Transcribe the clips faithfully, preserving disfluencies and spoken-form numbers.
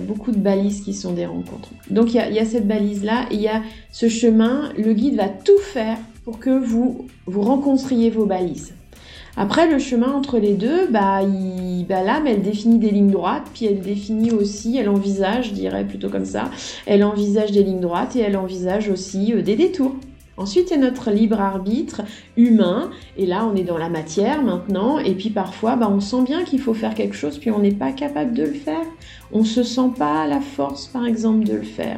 beaucoup de balises qui sont des rencontres. Donc il y a, il y a cette balise-là, et il y a ce chemin, le guide va tout faire pour que vous, vous rencontriez vos balises. Après, le chemin entre les deux, bah, il, bah, l'âme, elle définit des lignes droites, puis elle définit aussi, elle envisage, je dirais plutôt comme ça, elle envisage des lignes droites et elle envisage aussi euh, des détours. Ensuite, il y a notre libre arbitre humain, et là, on est dans la matière maintenant, et puis parfois, bah, on sent bien qu'il faut faire quelque chose, puis on n'est pas capable de le faire. On ne se sent pas la force, par exemple, de le faire.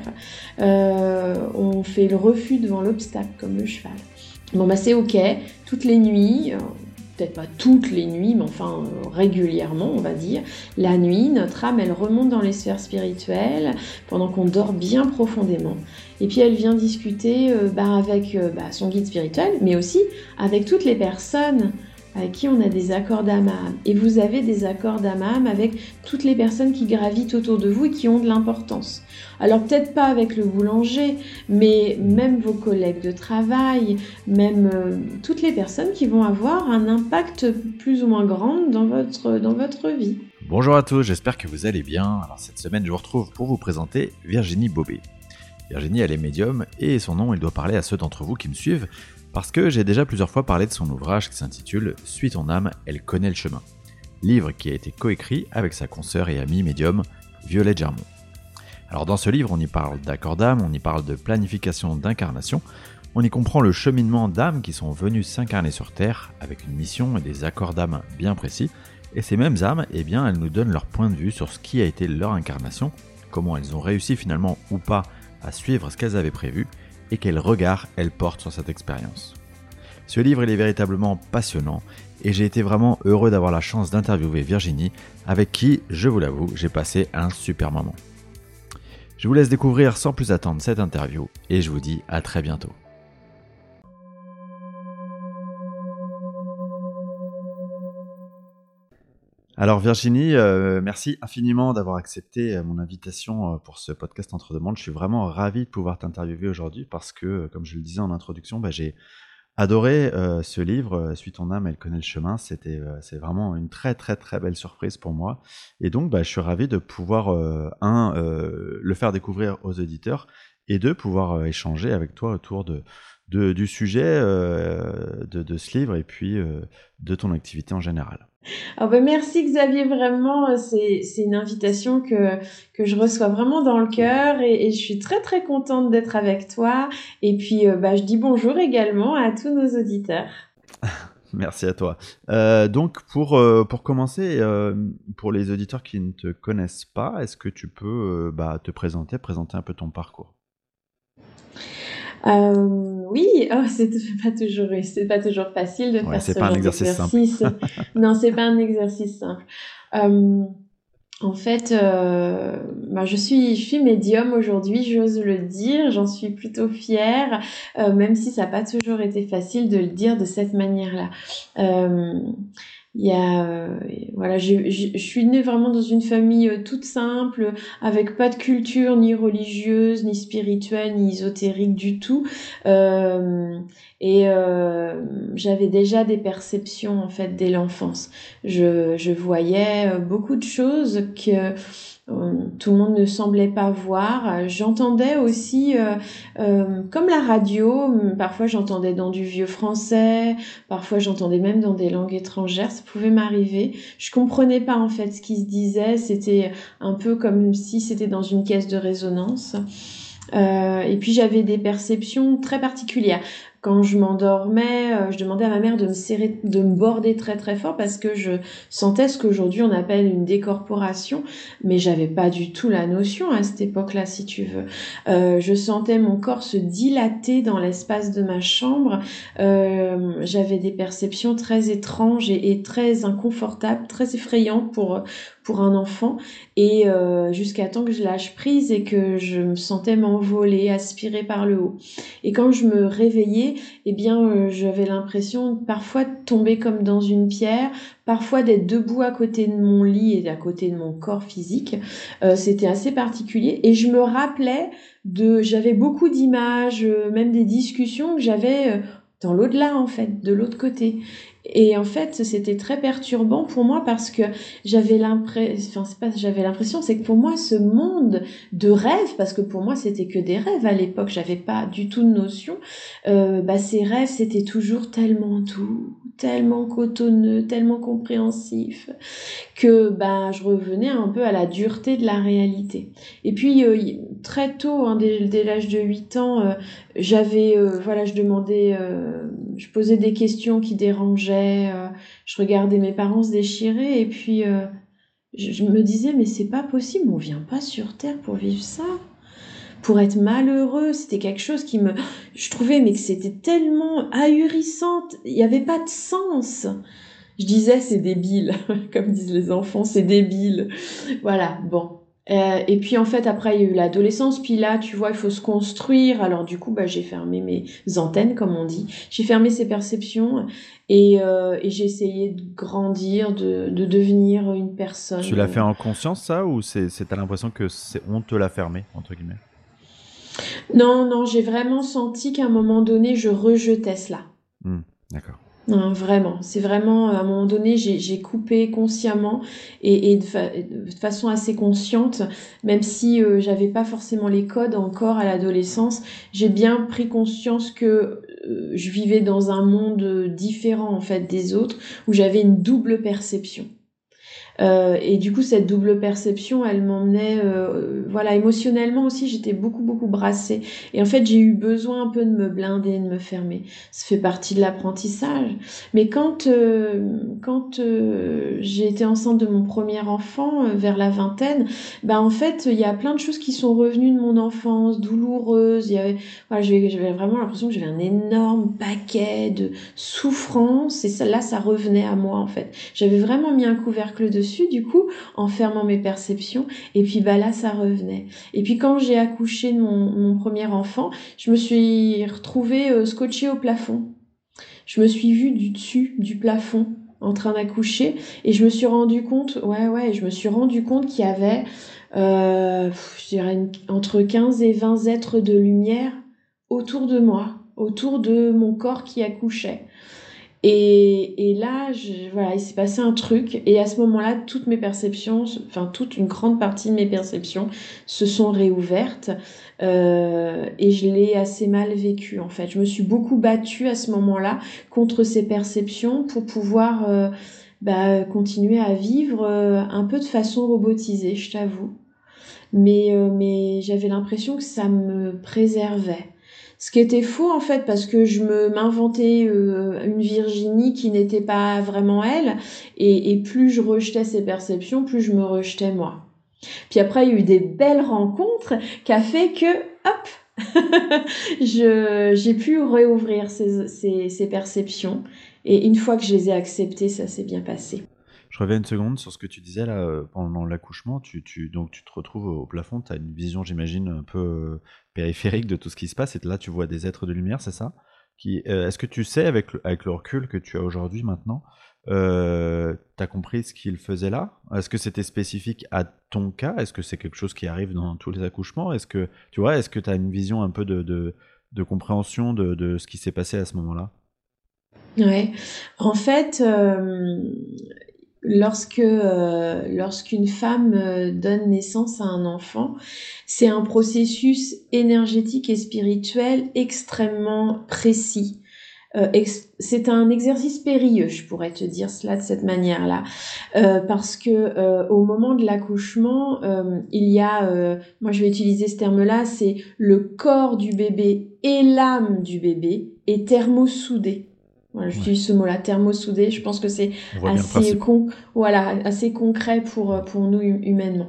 Euh, on fait le refus devant l'obstacle, comme le cheval. Bon, bah, c'est ok, toutes les nuits... Euh, peut-être pas toutes les nuits, mais enfin euh, régulièrement, on va dire. La nuit, notre âme, elle remonte dans les sphères spirituelles pendant qu'on dort bien profondément. Et puis elle vient discuter euh, bah, avec euh, bah, son guide spirituel, mais aussi avec toutes les personnes avec qui on a des accords d'âme à âme. Et vous avez des accords d'âme à âme avec toutes les personnes qui gravitent autour de vous et qui ont de l'importance. Alors peut-être pas avec le boulanger, mais même vos collègues de travail, même euh, toutes les personnes qui vont avoir un impact plus ou moins grand dans votre, dans votre vie. Bonjour à tous, j'espère que vous allez bien. Alors cette semaine, je vous retrouve pour vous présenter Virginie Bobet. Virginie, elle est médium et son nom, il doit parler à ceux d'entre vous qui me suivent parce que j'ai déjà plusieurs fois parlé de son ouvrage qui s'intitule « Suis ton âme, elle connaît le chemin », livre qui a été coécrit avec sa consoeur et amie médium Violette Germont. Alors dans ce livre, on y parle d'accords d'âme, on y parle de planification d'incarnation, on y comprend le cheminement d'âmes qui sont venues s'incarner sur Terre avec une mission et des accords d'âme bien précis, et ces mêmes âmes, eh bien, elles nous donnent leur point de vue sur ce qui a été leur incarnation, comment elles ont réussi finalement ou pas à suivre ce qu'elles avaient prévu, et quel regard elles portent sur cette expérience. Ce livre, il est véritablement passionnant, et j'ai été vraiment heureux d'avoir la chance d'interviewer Virginie, avec qui, je vous l'avoue, j'ai passé un super moment. Je vous laisse découvrir sans plus attendre cette interview, et je vous dis à très bientôt. Alors Virginie, euh, merci infiniment d'avoir accepté mon invitation pour ce podcast Entre deux mondes. Je suis vraiment ravi de pouvoir t'interviewer aujourd'hui parce que, comme je le disais en introduction, bah, j'ai adoré euh, ce livre, Suis ton âme, elle connaît le chemin. C'était, euh, c'est vraiment une très très très belle surprise pour moi. Et donc, bah, je suis ravi de pouvoir, euh, un, euh, le faire découvrir aux auditeurs et deux, pouvoir euh, échanger avec toi autour de, de, du sujet euh, de, de ce livre et puis euh, de ton activité en général. Alors ben merci Xavier, vraiment, c'est, c'est une invitation que, que je reçois vraiment dans le cœur et, et je suis très très contente d'être avec toi. Et puis euh, bah, je dis bonjour également à tous nos auditeurs. Merci à toi. Euh, donc pour, euh, pour commencer, euh, pour les auditeurs qui ne te connaissent pas, est-ce que tu peux euh, bah, te présenter, présenter un peu ton parcours ? Euh, oui, oh, c'est pas toujours, c'est pas toujours facile de ouais, faire c'est ce pas genre un exercice d'exercice. simple. Non, c'est pas un exercice simple. Euh, en fait, euh, bah, je suis, je suis médium aujourd'hui, j'ose le dire, j'en suis plutôt fière, euh, même si ça n'a pas toujours été facile de le dire de cette manière-là. Euh, Il y a, euh, voilà, je, je, je suis née vraiment dans une famille euh, toute simple, avec pas de culture ni religieuse, ni spirituelle, ni ésotérique du tout. Euh, et euh, j'avais déjà des perceptions en fait dès l'enfance. Je, je voyais euh, beaucoup de choses que euh, tout le monde ne semblait pas voir. J'entendais aussi, euh, euh, comme la radio, parfois j'entendais dans du vieux français, parfois j'entendais même dans des langues étrangères, ça pouvait m'arriver. Je comprenais pas en fait ce qui se disait, c'était un peu comme si c'était dans une caisse de résonance. Euh, et puis j'avais des perceptions très particulières. Quand je m'endormais, euh, je demandais à ma mère de me serrer, de me border très très fort parce que je sentais ce qu'aujourd'hui on appelle une décorporation, mais j'avais pas du tout la notion à cette époque-là, si tu veux. Euh, je sentais mon corps se dilater dans l'espace de ma chambre. Euh, j'avais des perceptions très étranges et, et très inconfortables, très effrayantes pour pour un enfant, et euh, jusqu'à temps que je lâche prise et que je me sentais m'envoler, aspirée par le haut. Et quand je me réveillais, eh bien, euh, j'avais l'impression parfois de tomber comme dans une pierre, parfois d'être debout à côté de mon lit et à côté de mon corps physique. Euh, c'était assez particulier. Et je me rappelais de, j'avais beaucoup d'images, euh, même des discussions que j'avais euh, dans l'au-delà, en fait, de l'autre côté. Et en fait, c'était très perturbant pour moi parce que j'avais l'impression, enfin, c'est pas, j'avais l'impression, c'est que pour moi, ce monde de rêves, parce que pour moi, c'était que des rêves à l'époque, j'avais pas du tout de notion, euh, bah, ces rêves, c'était toujours tellement doux, tellement cotonneux, tellement compréhensif, que bah, je revenais un peu à la dureté de la réalité. Et puis, euh, très tôt, hein, dès, dès l'âge de huit ans, euh, j'avais, euh, voilà, je demandais, euh, je posais des questions qui dérangeaient, euh, je regardais mes parents se déchirer, et puis euh, je, je me disais, mais c'est pas possible, on vient pas sur Terre pour vivre ça, pour être malheureux. C'était quelque chose qui me, je trouvais, mais que c'était tellement ahurissant, il n'y avait pas de sens. Je disais, c'est débile, comme disent les enfants, c'est débile. Voilà, bon. Euh, et puis en fait, après, il y a eu l'adolescence, puis là, tu vois, il faut se construire. Alors du coup, bah, j'ai fermé mes antennes, comme on dit. J'ai fermé ces perceptions et, euh, et j'ai essayé de grandir, de, de devenir une Tu l'as personne. fait en conscience, ça, ou c'est, c'est, t'as l'impression que c'est, on te l'a fermé, entre guillemets? Non, non, j'ai vraiment senti qu'à un moment donné, je rejetais cela. Hmm, d'accord. Non, vraiment, c'est vraiment, à un moment donné, j'ai, j'ai coupé consciemment et, et de, fa- de façon assez consciente, même si euh, j'avais pas forcément les codes encore à l'adolescence, j'ai bien pris conscience que euh, je vivais dans un monde différent en fait des autres, où j'avais une double perception. Euh, et du coup, cette double perception, elle m'emmenait, euh, voilà, émotionnellement aussi, j'étais beaucoup, beaucoup brassée. Et en fait, j'ai eu besoin un peu de me blinder, de me fermer. Ça fait partie de l'apprentissage. Mais quand, euh, quand euh, j'ai été enceinte de mon premier enfant, euh, vers la vingtaine, ben en fait, il y a plein de choses qui sont revenues de mon enfance, douloureuses. Il y avait, voilà, j'avais, j'avais vraiment l'impression que j'avais un énorme paquet de souffrances. Et ça, là, ça revenait à moi, en fait. J'avais vraiment mis un couvercle dessus, du coup, en fermant mes perceptions. Et puis, bah là, ça revenait. Et puis, quand j'ai accouché de mon, mon premier enfant, je me suis retrouvée euh, scotchée au plafond. Je me suis vue du dessus du plafond en train d'accoucher et je me suis rendu compte, ouais, ouais, je me suis rendu compte qu'il y avait, euh, je dirais, une- entre quinze et vingt êtres de lumière autour de moi, autour de mon corps qui accouchait. Et, et là, je, voilà, il s'est passé un truc. Et à ce moment-là, toutes mes perceptions, enfin toute une grande partie de mes perceptions se sont réouvertes. Euh, et je l'ai assez mal vécu, en fait. Je me suis beaucoup battue à ce moment-là contre ces perceptions pour pouvoir euh, bah, continuer à vivre euh, un peu de façon robotisée, je t'avoue. Mais, euh, mais j'avais l'impression que ça me préservait. Ce qui était faux en fait parce que je me m'inventais euh, une Virginie qui n'était pas vraiment elle et, et plus je rejetais ses perceptions, plus je me rejetais moi. Puis après il y a eu des belles rencontres qui a fait que hop je j'ai pu réouvrir ces, ces, ces perceptions et une fois que je les ai acceptées, ça s'est bien passé. Je reviens une seconde sur ce que tu disais là, euh, pendant l'accouchement. Tu, tu, donc tu te retrouves au plafond, tu as une vision, j'imagine, un peu euh, périphérique de tout ce qui se passe, et là tu vois des êtres de lumière, c'est ça? Qui, euh, est-ce que tu sais, avec le, avec le recul que tu as aujourd'hui maintenant, euh, tu as compris ce qu'ils faisaient là? Est-ce que c'était spécifique à ton cas? Est-ce que c'est quelque chose qui arrive dans tous les accouchements? Est-ce que, tu vois, est-ce que tu as une vision un peu de, de, de compréhension de, de ce qui s'est passé à ce moment-là? Ouais. En fait, euh, lorsque euh, lorsqu'une femme euh, donne naissance à un enfant, c'est un processus énergétique et spirituel extrêmement précis. Euh, ex- c'est un exercice périlleux, je pourrais te dire cela de cette manière-là, Euh, parce que euh, au moment de l'accouchement, euh, il y a, euh, moi je vais utiliser ce terme-là, c'est le corps du bébé et l'âme du bébé est thermosoudé. Voilà, Ouais, j'utilise ce mot-là, thermosoudé. Je pense que c'est on voit bien le assez principe. con, voilà, assez concret pour pour nous hum- humainement.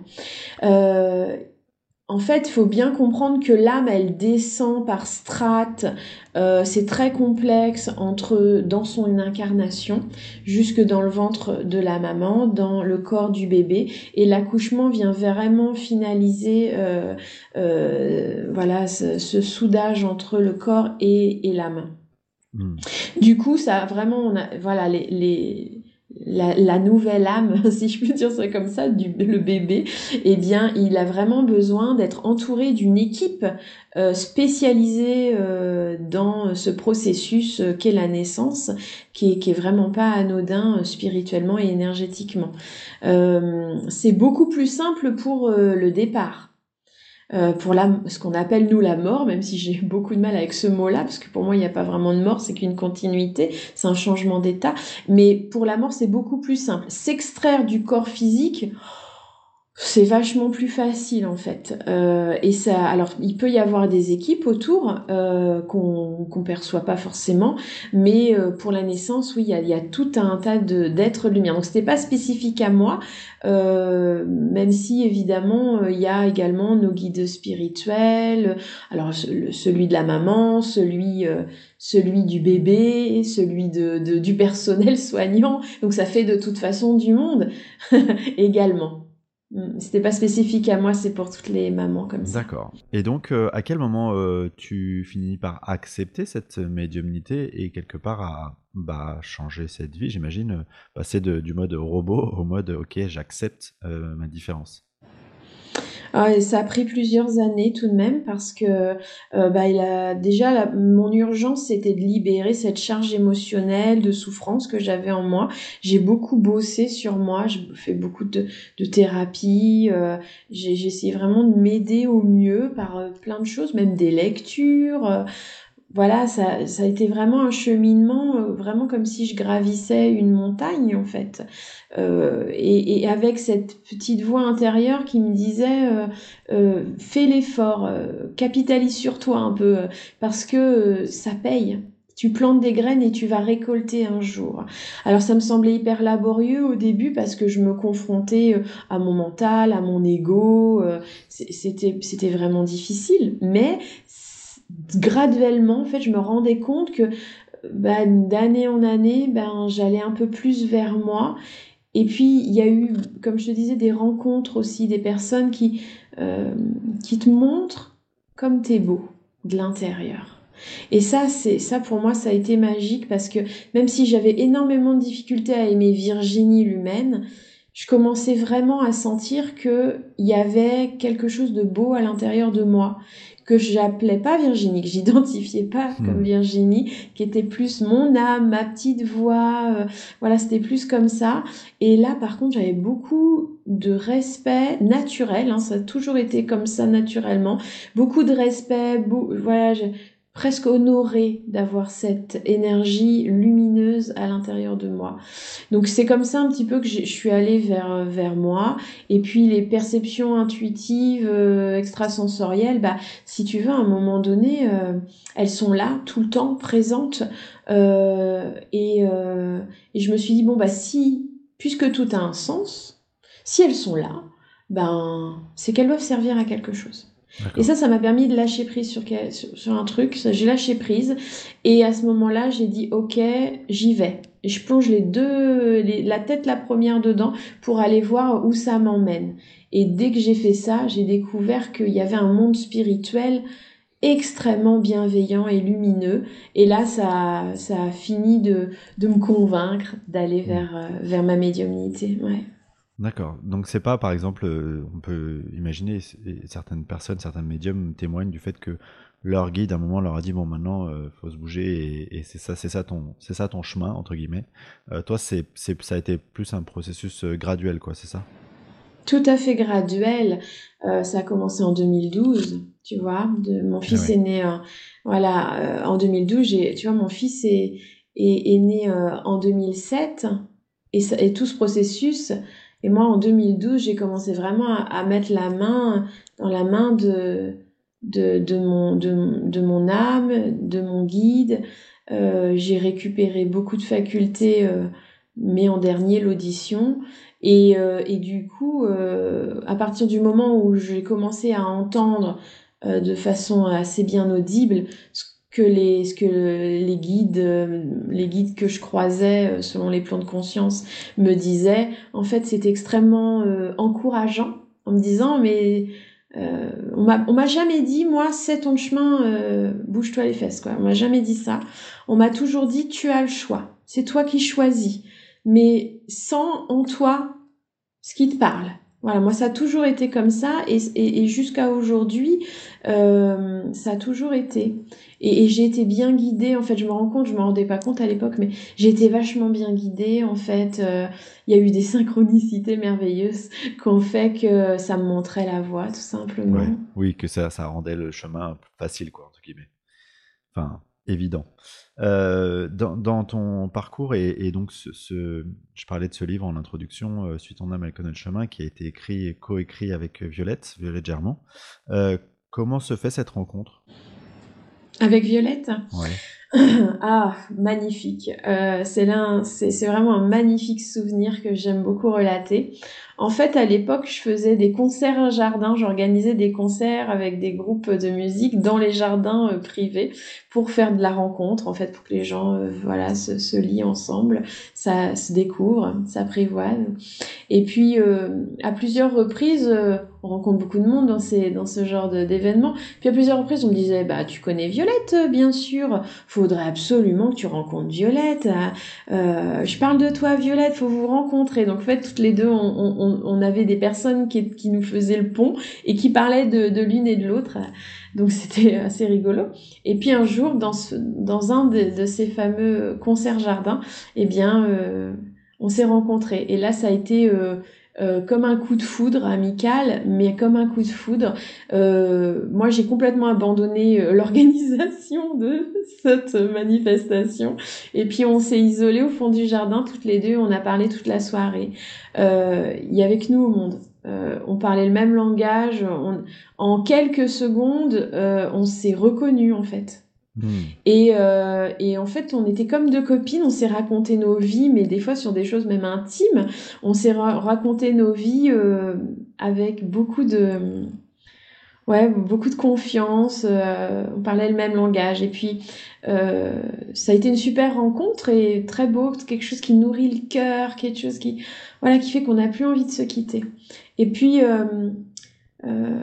Euh, En fait, il faut bien comprendre que l'âme, elle descend par strates. Euh, c'est très complexe entre dans son incarnation, jusque dans le ventre de la maman, dans le corps du bébé, et l'accouchement vient vraiment finaliser, euh, euh, voilà, ce, ce soudage entre le corps et, et la main. Hmm. Du coup, ça a vraiment, on a, voilà, les, les, la, la nouvelle âme, si je peux dire ça comme ça, du le bébé, eh bien, il a vraiment besoin d'être entouré d'une équipe euh, spécialisée euh, dans ce processus euh, qu'est la naissance, qui est, qui est vraiment pas anodin euh, spirituellement et énergétiquement. Euh, c'est beaucoup plus simple pour euh, le départ. Euh, pour la, ce qu'on appelle nous la mort, même si j'ai beaucoup de mal avec ce mot-là, parce que pour moi il n'y a pas vraiment de mort, c'est qu'une continuité, c'est un changement d'état. Mais pour la mort c'est beaucoup plus simple. S'extraire du corps physique, c'est vachement plus facile en fait. Euh, et ça, alors il peut y avoir des équipes autour euh, qu'on qu'on perçoit pas forcément, mais euh, pour la naissance, oui, il y a, il y a tout un tas de d'êtres de lumière. Donc c'était pas spécifique à moi, euh, même si évidemment euh, il y a également nos guides spirituels. Alors le- celui de la maman, celui euh, celui du bébé, celui de, de du personnel soignant. Donc ça fait de toute façon du monde également. Mm. C'était pas spécifique à moi, c'est pour toutes les mamans comme ça. D'accord. Et donc, euh, à quel moment euh, tu finis par accepter cette médiumnité et quelque part à bah, changer cette vie, j'imagine, euh, passer de- du mode robot au mode ok, j'accepte euh, ma différence. Ah, et ça a pris plusieurs années tout de même parce que euh, bah, il a déjà la- mon urgence c'était de libérer cette charge émotionnelle de souffrance que j'avais en moi. J'ai beaucoup bossé sur moi, j'ai fait beaucoup de, de thérapie, euh, j'ai j'ai essayé vraiment de m'aider au mieux par euh, plein de choses, même des lectures. euh, Voilà, ça, ça a été vraiment un cheminement, euh, vraiment comme si je gravissais une montagne en fait. Euh, et, et avec cette petite voix intérieure qui me disait euh, euh, fais l'effort, euh, capitalise sur toi un peu, euh, parce que euh, ça paye. Tu plantes des graines et tu vas récolter un jour. Alors ça me semblait hyper laborieux au début parce que je me confrontais euh, à mon mental, à mon ego. euh, c- C'était c'était vraiment difficile, mais graduellement, en fait, je me rendais compte que bah, d'année en année, ben, j'allais un peu plus vers moi. Et puis, il y a eu, comme je te disais, des rencontres aussi, des personnes qui, euh, qui te montrent comme t'es beau de l'intérieur. Et ça, c'est ça pour moi, ça a été magique parce que même si j'avais énormément de difficultés à aimer Virginie l'humaine, je commençais vraiment à sentir que il y avait quelque chose de beau à l'intérieur de moi que j'appelais pas Virginie, que j'identifiais pas comme Hmm. Virginie, qui était plus mon âme, ma petite voix, euh, voilà, c'était plus comme ça. Et là, par contre, j'avais beaucoup de respect naturel, hein, ça a toujours été comme ça naturellement, beaucoup de respect, beau, voilà, j'ai presque honorée d'avoir cette énergie lumineuse à l'intérieur de moi. Donc c'est comme ça un petit peu que je suis allée vers vers moi. Et puis les perceptions intuitives, euh, extrasensorielles, bah si tu veux, à un moment donné, euh, elles sont là tout le temps, présentes. Euh, et, euh, et je me suis dit bon bah si, puisque tout a un sens, si elles sont là, ben c'est qu'elles doivent servir à quelque chose. Et D'accord. ça, ça m'a permis de lâcher prise sur, quel- sur, sur un truc. Ça, j'ai lâché prise. Et à ce moment-là, j'ai dit, OK, j'y vais. Et je plonge les deux, les- la tête la première dedans pour aller voir où ça m'emmène. Et dès que j'ai fait ça, j'ai découvert qu'il y avait un monde spirituel extrêmement bienveillant et lumineux. Et là, ça, ça a fini de, de me convaincre d'aller Hmm. vers, euh, vers ma médiumnité. Ouais. D'accord. Donc c'est pas, par exemple, euh, on peut imaginer, c- et certaines personnes, certains médiums témoignent du fait que leur guide, à un moment, leur a dit, bon, maintenant, euh, faut se bouger, et, et c'est ça, c'est ça ton, c'est ça ton chemin, entre guillemets. Euh, toi, c'est, c'est, ça a été plus un processus euh, graduel, quoi, c'est ça? Tout à fait graduel. Euh, ça a commencé en deux mille douze, tu vois. De, mon Ah fils ouais. est né en, voilà, euh, en deux mille douze. J'ai, tu vois, mon fils est, est, est né euh, en deux mille sept et, ça, et tout ce processus. Et moi, en deux mille douze, j'ai commencé vraiment à, à mettre la main dans la main de, de, de, mon, de, de mon âme, de mon guide. Euh, j'ai récupéré beaucoup de facultés, euh, mais en dernier, l'audition. Et, euh, et du coup, euh, à partir du moment où j'ai commencé à entendre euh, de façon assez bien audible ce que les, ce que les guides, euh, les guides que je croisais euh, selon les plans de conscience me disaient, en fait, c'était extrêmement euh, encourageant en me disant, mais euh, on m'a, on m'a jamais dit, moi, c'est ton chemin, euh, bouge-toi les fesses, quoi. On m'a jamais dit ça. On m'a toujours dit, tu as le choix. C'est toi qui choisis. mais sens en toi ce qui te parle. Voilà, moi ça a toujours été comme ça et, et, et jusqu'à aujourd'hui, euh, ça a toujours été. Et, et j'ai été bien guidée, en fait, je me rends compte, je me rendais pas compte à l'époque, mais j'ai été vachement bien guidée, en fait. Euh, Il y a eu des synchronicités merveilleuses qui ont fait que ça me montrait la voie, tout Ouais, simplement. oui, que ça, ça rendait le chemin facile, quoi, entre guillemets. Enfin, évident. Euh, dans, dans ton parcours, et, et donc, ce, ce- je parlais de ce livre en introduction, euh, Suis ton âme, elle connaît le chemin, qui a été écrit et coécrit avec euh, Violette, Violette Germant. Euh, comment se fait cette rencontre? Avec Violette? Ouais. Ah, magnifique. Euh, c'est l'un, c'est, c'est vraiment un magnifique souvenir que j'aime beaucoup relater. En fait, à l'époque, je faisais des concerts en jardin. J'organisais des concerts avec des groupes de musique dans les jardins euh, privés pour faire de la rencontre, en fait, pour que les gens, euh, voilà, se, se lient ensemble, ça se découvre, s'apprivoise. Et puis, euh, à plusieurs reprises, euh, on rencontre beaucoup de monde dans ces, dans ce genre de- d'événements. Puis à plusieurs reprises, on me disait, bah, tu connais Violette, euh, bien sûr. Faudrait absolument que tu rencontres Violette. Euh, je parle de toi, Violette, faut vous rencontrer. Donc, en fait, toutes les deux, on, on, on avait des personnes qui, qui nous faisaient le pont et qui parlaient de, de l'une et de l'autre. Donc, c'était assez rigolo. Et puis, un jour, dans, ce, dans un de, de ces fameux concerts jardins, eh bien, euh, on s'est rencontrés. Et là, ça a été euh, euh, comme un coup de foudre amical, mais comme un coup de foudre. Euh, moi, j'ai complètement abandonné euh, l'organisation de cette manifestation. Et puis, on s'est isolés au fond du jardin, toutes les deux. On a parlé toute la soirée. Euh, Il y avait que nous au monde. Euh, on parlait le même langage. On- en quelques secondes, euh, on s'est reconnus, en fait. Hmm. Et, euh, et en fait, on était comme deux copines, on s'est raconté nos vies, mais des fois sur des choses même intimes. On s'est ra- raconté nos vies euh, avec beaucoup de, ouais, beaucoup de confiance. Euh, on parlait le même langage. Et puis, euh, ça a été une super rencontre et très beau, quelque chose qui nourrit le cœur, quelque chose qui, voilà, qui fait qu'on n'a plus envie de se quitter. Et puis, euh, euh,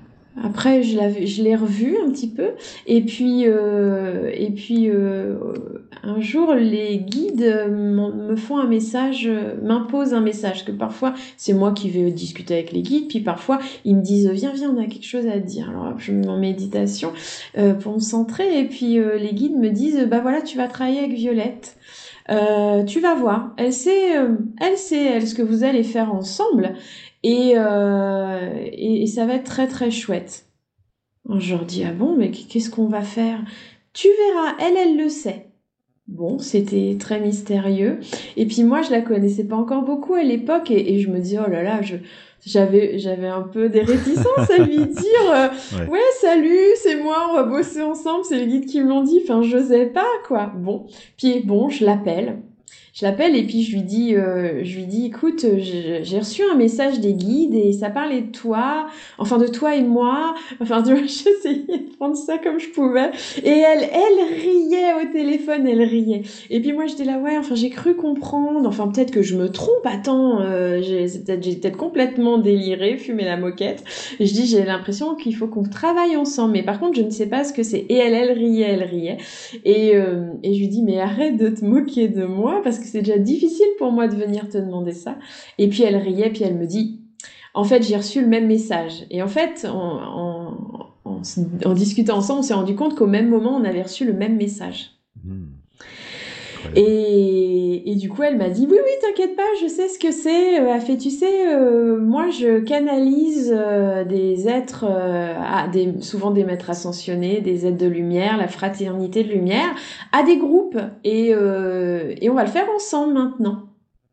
après, je l'avais, je l'ai revu un petit peu. Et puis, euh, et puis euh, un jour, les guides m'en- me font un message, euh, m'imposent un message. Que parfois, c'est moi qui vais discuter avec les guides. Puis parfois, ils me disent, viens, viens, on a quelque chose à te dire. Alors, je me mets en méditation euh, pour me centrer. Et puis, euh, les guides me disent, bah voilà, tu vas travailler avec Violette. Euh, tu vas voir, elle sait, euh, elle sait, elle, ce que vous allez faire ensemble, et, euh, et, et ça va être très très chouette. Alors, je leur dis, ah bon, mais qu'est-ce qu'on va faire? Tu verras, elle, elle le sait. Bon, c'était très mystérieux. Et puis moi, je la connaissais pas encore beaucoup à l'époque, et, et je me dis, oh là là, je, j'avais, j'avais un peu des réticences à lui dire, euh, Ouais. ouais, salut, c'est moi, on va bosser ensemble, c'est les guides qui me l'ont dit. Enfin, j'osais pas, quoi. Bon, puis bon, je l'appelle. Je l'appelle et puis je lui dis, euh, je lui dis, écoute, j'ai j'ai reçu un message des guides et ça parlait de toi, enfin de toi et moi. Enfin, tu vois, j'essayais de prendre ça comme je pouvais. Et elle, elle riait au téléphone, elle riait. Et puis moi, j'étais là, ouais, enfin, j'ai cru comprendre. Enfin, peut-être que je me trompe. Attends, euh, j'ai c'est peut-être, j'ai peut-être complètement déliré, fumé la moquette. Et je dis, j'ai l'impression qu'il faut qu'on travaille ensemble. Mais par contre, je ne sais pas ce que c'est. Et elle, elle riait, elle riait. Et, euh, et je lui dis, mais arrête de te moquer de moi parce que c'est déjà difficile pour moi de venir te demander ça. Et puis elle riait, puis elle me dit, en fait, j'ai reçu le même message. Et en fait, en, en, en, en discutant ensemble, on s'est rendu compte qu'au même moment, on avait reçu le même message. Hmm. Incroyable. Et, et du coup, elle m'a dit, oui, oui, t'inquiète pas, je sais ce que c'est. Euh, Elle fait, tu sais, euh, moi, je canalise euh, des êtres, euh, à des, souvent des maîtres ascensionnés, des êtres de lumière, la fraternité de lumière, à des groupes. Et, euh, et on va le faire ensemble maintenant.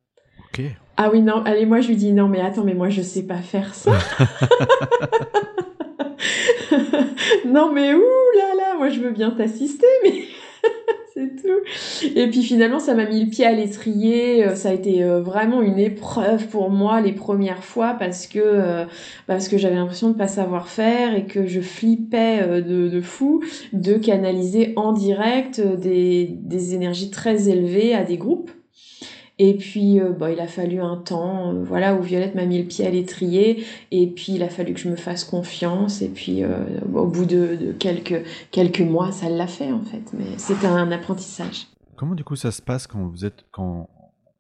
Ok. Ah oui, non, allez, moi, je lui dis, non, mais attends, mais moi, je sais pas faire ça. Non, mais ouh là là, moi, je veux bien t'assister, mais... C'est tout. Et puis finalement, ça m'a mis le pied à l'étrier. Euh, Ça a été euh, vraiment une épreuve pour moi les premières fois parce que euh, parce que j'avais l'impression de pas savoir faire et que je flippais euh, de, de fou de canaliser en direct euh, des, des énergies très élevées à des groupes. Et puis, euh, bah, il a fallu un temps, euh, voilà, où Violette m'a mis le pied à l'étrier. Et puis, il a fallu que je me fasse confiance. Et puis, euh, au bout de, de quelques, quelques mois, ça l'a fait, en fait. Mais c'était un apprentissage. Comment du coup ça se passe quand vous êtes quand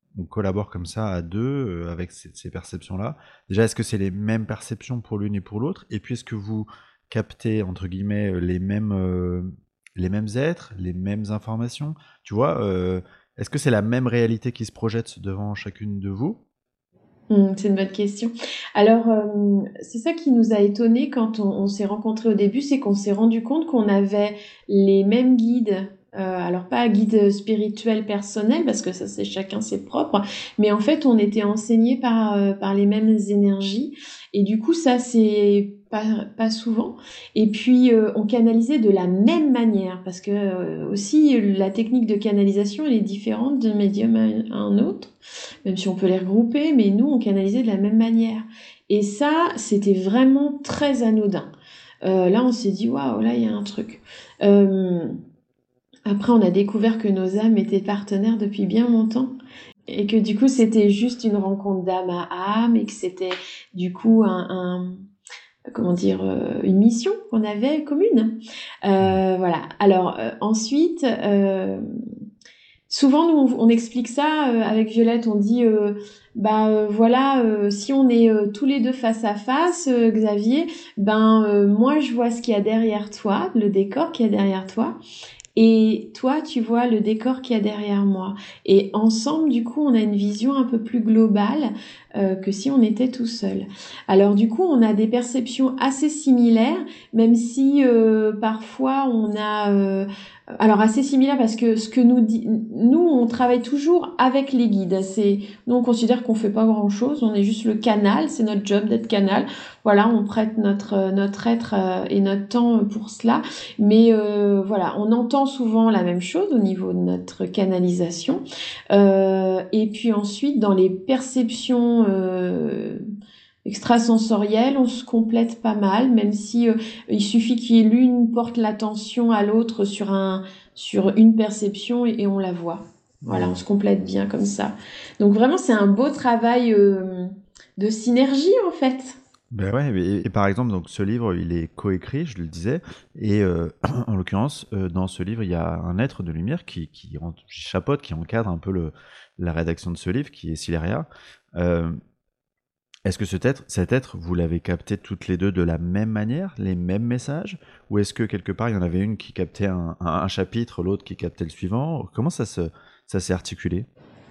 on collabore comme ça à deux euh, avec ces, ces perceptions-là. Déjà, est-ce que c'est les mêmes perceptions pour l'une et pour l'autre? Et puis, est-ce que vous captez, entre guillemets, euh, les mêmes, euh, les mêmes êtres, les mêmes informations? Tu vois, euh, est-ce que c'est la même réalité qui se projette devant chacune de vous? Hmm, c'est une bonne question. Alors, euh, c'est ça qui nous a étonnés quand on, on s'est rencontrés au début, c'est qu'on s'est rendu compte qu'on avait les mêmes guides. Euh, alors pas guide spirituel personnel parce que ça c'est chacun ses propres, mais en fait on était enseignés par euh, par les mêmes énergies et du coup ça c'est pas pas souvent. Et puis euh, on canalisait de la même manière parce que euh, aussi la technique de canalisation elle est différente d'un médium à un à un autre même si on peut les regrouper, mais nous, on canalisait de la même manière. Et ça, c'était vraiment très anodin. Euh, là, on s'est dit, waouh, là, il y a un truc. Euh, après, on a découvert que nos âmes étaient partenaires depuis bien longtemps. Et que du coup, c'était juste une rencontre d'âme à âme et que c'était du coup un, un comment dire, euh, une mission qu'on avait commune. Hmm. Euh, voilà. Alors euh, ensuite, euh, souvent, nous, on, on explique ça euh, avec Violette. On dit, euh, bah euh, voilà, euh, si on est euh, tous les deux face à face, euh, Xavier, ben euh, moi je vois ce qu'il y a derrière toi, le décor qu'il y a derrière toi, et toi tu vois le décor qu'il y a derrière moi. Et ensemble, du coup, on a une vision un peu plus globale euh, que si on était tout seul. Alors du coup, on a des perceptions assez similaires, même si euh, parfois on a euh, alors assez similaire parce que ce que nous dit, nous on travaille toujours avec les guides. C'est, nous on considère qu'on fait pas grand chose, on est juste le canal, c'est notre job d'être canal. Voilà, on prête notre notre être euh, et notre temps pour cela. Mais euh, voilà, on entend souvent la même chose au niveau de notre canalisation. Euh, et puis ensuite dans les perceptions euh, extrasensorielles, on se complète pas mal, même si euh, il suffit qu'il y ait l'une porte l'attention à l'autre sur un sur une perception et, et on la voit. Voilà, on se complète bien comme ça. Donc vraiment, c'est un beau travail euh, de synergie en fait. Ben ouais, et, et par exemple, donc ce livre, il est coécrit, je le disais, et euh, en l'occurrence, euh, dans ce livre, il y a un être de lumière qui, qui, en- qui chapeaute, qui encadre un peu le, la rédaction de ce livre, qui est Sileria. Euh, Est-ce que cet être, cet être, vous l'avez capté toutes les deux de la même manière, les mêmes messages? Ou est-ce que quelque part, il y en avait une qui captait un, un- un chapitre, l'autre qui captait le suivant? Comment ça se, ça s'est articulé?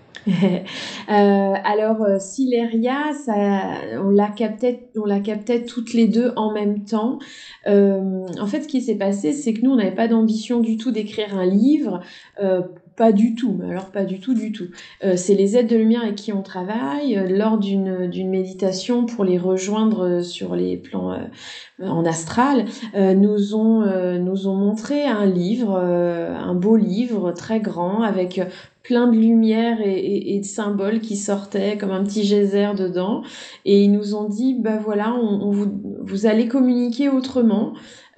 Euh, alors euh, Sileria, ça, on la captait, on la captait toutes les deux en même temps. Euh, en fait, ce qui s'est passé, c'est que nous, on n'avait pas d'ambition du tout d'écrire un livre, euh, pas du tout. Mais alors pas du tout, du tout. Euh, c'est les êtres de lumière avec qui on travaille euh, lors d'une d'une méditation pour les rejoindre euh, sur les plans euh, en astral, euh, nous ont euh, nous ont montré un livre, euh, un beau livre très grand avec plein de lumière et, et, et de symboles qui sortaient comme un petit geyser dedans. Et ils nous ont dit, bah voilà, on, on vous, vous allez communiquer autrement.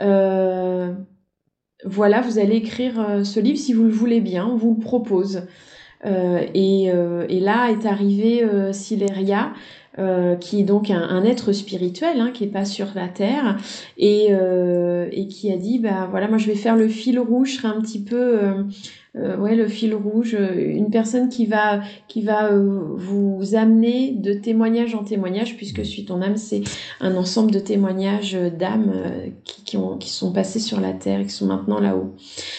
Euh, voilà, vous allez écrire euh, ce livre si vous le voulez bien, on vous le propose. Euh, et, euh, et là est arrivé euh, Sileria, euh, qui est donc un, un être spirituel, hein, qui est pas sur la terre, et, euh, et qui a dit, bah voilà, moi je vais faire le fil rouge, je serai un petit peu euh, euh, ouais, le fil rouge, euh, une personne qui va qui va euh, vous amener de témoignage en témoignage, puisque Hmm. Suis ton âme, c'est un ensemble de témoignages d'âmes euh, qui, qui, ont, qui sont passés sur la terre et qui sont maintenant là-haut.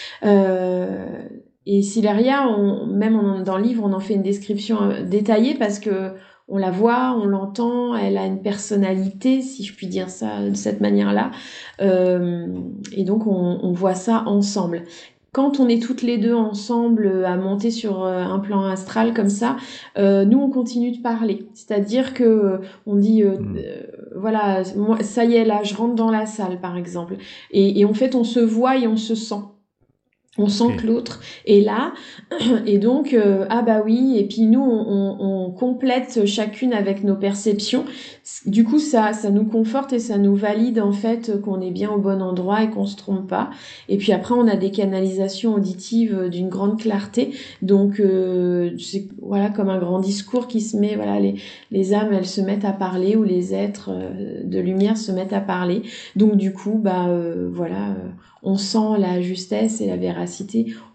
Euh, et Sileria, on, même on, dans le livre, on en fait une description euh, détaillée parce que on la voit, on l'entend, elle a une personnalité, si je puis dire ça de cette manière-là. Euh, et donc on, on voit ça ensemble. Quand on est toutes les deux ensemble euh, à monter sur euh, un plan astral comme ça, euh, nous on continue de parler. C'est-à-dire que euh, on dit euh, Hmm. euh, voilà, moi, ça y est là, je rentre dans la salle par exemple. Et, et en fait on se voit et on se sent. On sent Ok. que l'autre est là et donc euh, ah bah oui et puis nous on, on, on complète chacune avec nos perceptions. Du coup ça ça nous conforte et ça nous valide en fait qu'on est bien au bon endroit et qu'on se trompe pas. Et puis après on a des canalisations auditives d'une grande clarté. Donc euh, c'est voilà comme un grand discours qui se met voilà les les âmes elles se mettent à parler ou les êtres euh, de lumière se mettent à parler. Donc du coup bah euh, voilà euh, on sent la justesse et la véracité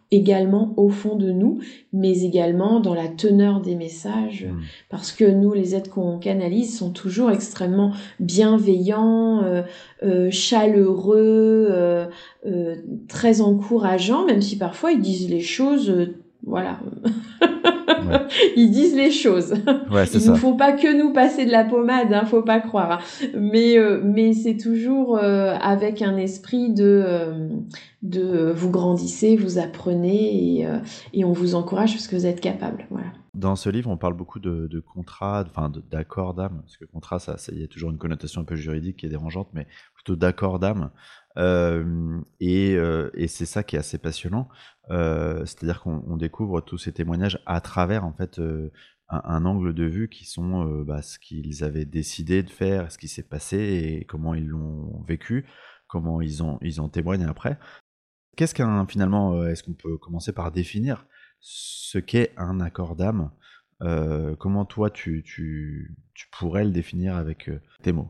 également au fond de nous, mais également dans la teneur des messages, Mmh. parce que nous, les êtres qu'on canalise sont toujours extrêmement bienveillants, euh, euh, chaleureux, euh, euh, très encourageants, même si parfois ils disent les choses, euh, voilà, Ouais. ils disent les choses. Ouais, c'est Ils ne ça. font pas que nous passer de la pommade, hein, faut pas croire. hein. Mais euh, mais c'est toujours euh, avec un esprit de euh, de euh, vous grandissez, vous apprenez et euh, et on vous encourage parce que vous êtes capable. Voilà. Dans ce livre, on parle beaucoup de, de contrats, enfin de- d'accords d'âme, parce que contrat, ça, ça, il y a toujours une connotation un peu juridique qui est dérangeante, mais plutôt d'accords d'âme. Euh, et euh, et c'est ça qui est assez passionnant. Euh, c'est-à-dire qu'on on découvre tous ces témoignages à travers en fait euh, un, un angle de vue qui sont euh, bah, ce qu'ils avaient décidé de faire, ce qui s'est passé et comment ils l'ont vécu, comment ils ont ils en témoignent après. Qu'est-ce qu'un finalement, euh, est-ce qu'on peut commencer par définir ce qu'est un accord d'âme? Euh, comment toi tu, tu, tu pourrais le définir avec euh, tes mots?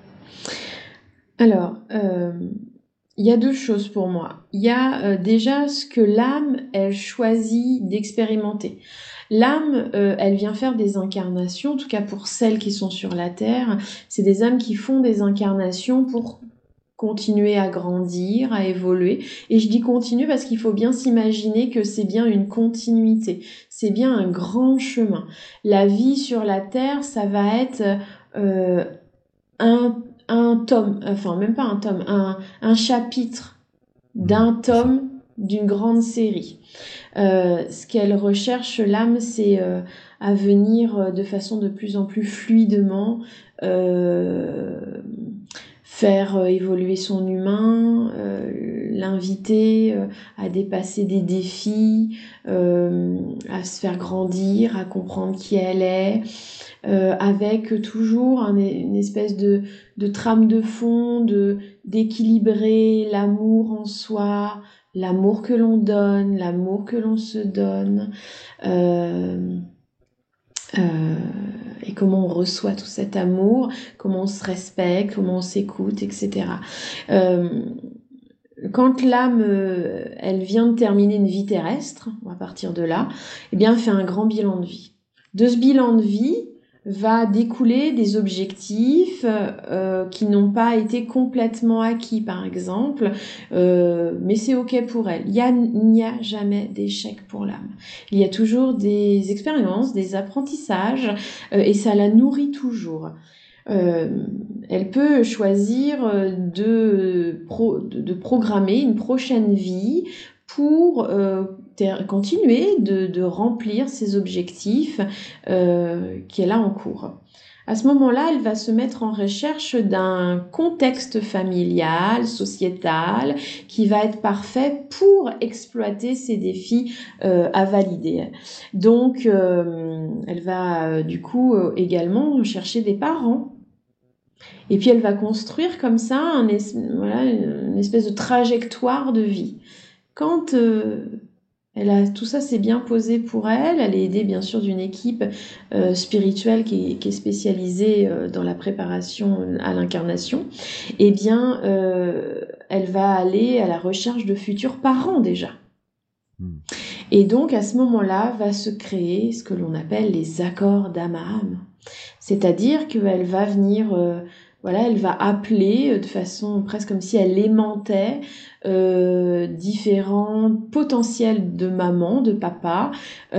Alors, euh, il y a deux choses pour moi. Il y a euh, déjà ce que l'âme, elle choisit d'expérimenter. L'âme, euh, elle vient faire des incarnations, en tout cas pour celles qui sont sur la Terre. C'est des âmes qui font des incarnations pour continuer à grandir, à évoluer. Et je dis continuer parce qu'il faut bien s'imaginer que c'est bien une continuité. C'est bien un grand chemin. La vie sur la Terre, ça va être euh, un, un tome, enfin même pas un tome, un, un chapitre d'un C'est ça. tome d'une grande série. Euh, ce qu'elle recherche, l'âme, c'est euh, à venir euh, de façon de plus en plus fluidement euh, faire euh, évoluer son humain, euh, l'inviter euh, à dépasser des défis, euh, à se faire grandir, à comprendre qui elle est, euh, avec toujours un- une espèce de, de trame de fond, de d'équilibrer l'amour en soi, l'amour que l'on donne, l'amour que l'on se donne, euh, euh, et comment on reçoit tout cet amour, comment on se respecte, comment on s'écoute, et cetera. Euh, quand l'âme, euh, elle vient de terminer une vie terrestre, à partir de là, eh bien, elle fait un grand bilan de vie. De ce bilan de vie va découler des objectifs euh, qui n'ont pas été complètement acquis, par exemple, euh, mais c'est ok pour elle. Il y a- il n'y a jamais d'échec pour l'âme. Il y a toujours des expériences, des apprentissages, euh, et ça la nourrit toujours. Euh, elle peut choisir euh, de, pro, de, de programmer une prochaine vie pour euh, ter- continuer de, de remplir ses objectifs euh, qu'elle a en cours. À ce moment-là, elle va se mettre en recherche d'un contexte familial, sociétal, qui va être parfait pour exploiter ces défis euh, à valider. Donc, euh, elle va euh, du coup euh, également chercher des parents. Et puis elle va construire comme ça un es- voilà, une espèce de trajectoire de vie. Quand euh, elle a, tout ça s'est bien posé pour elle, elle est aidée bien sûr d'une équipe euh, spirituelle qui est, qui est spécialisée euh, dans la préparation à l'incarnation, eh bien euh, elle va aller à la recherche de futurs parents déjà. Hmm. Et donc à ce moment-là va se créer ce que l'on appelle les accords d'âme à âme. C'est-à-dire qu'elle va venir, euh, voilà, elle va appeler euh, de façon presque comme si elle aimantait euh, différents potentiels de maman, de papa,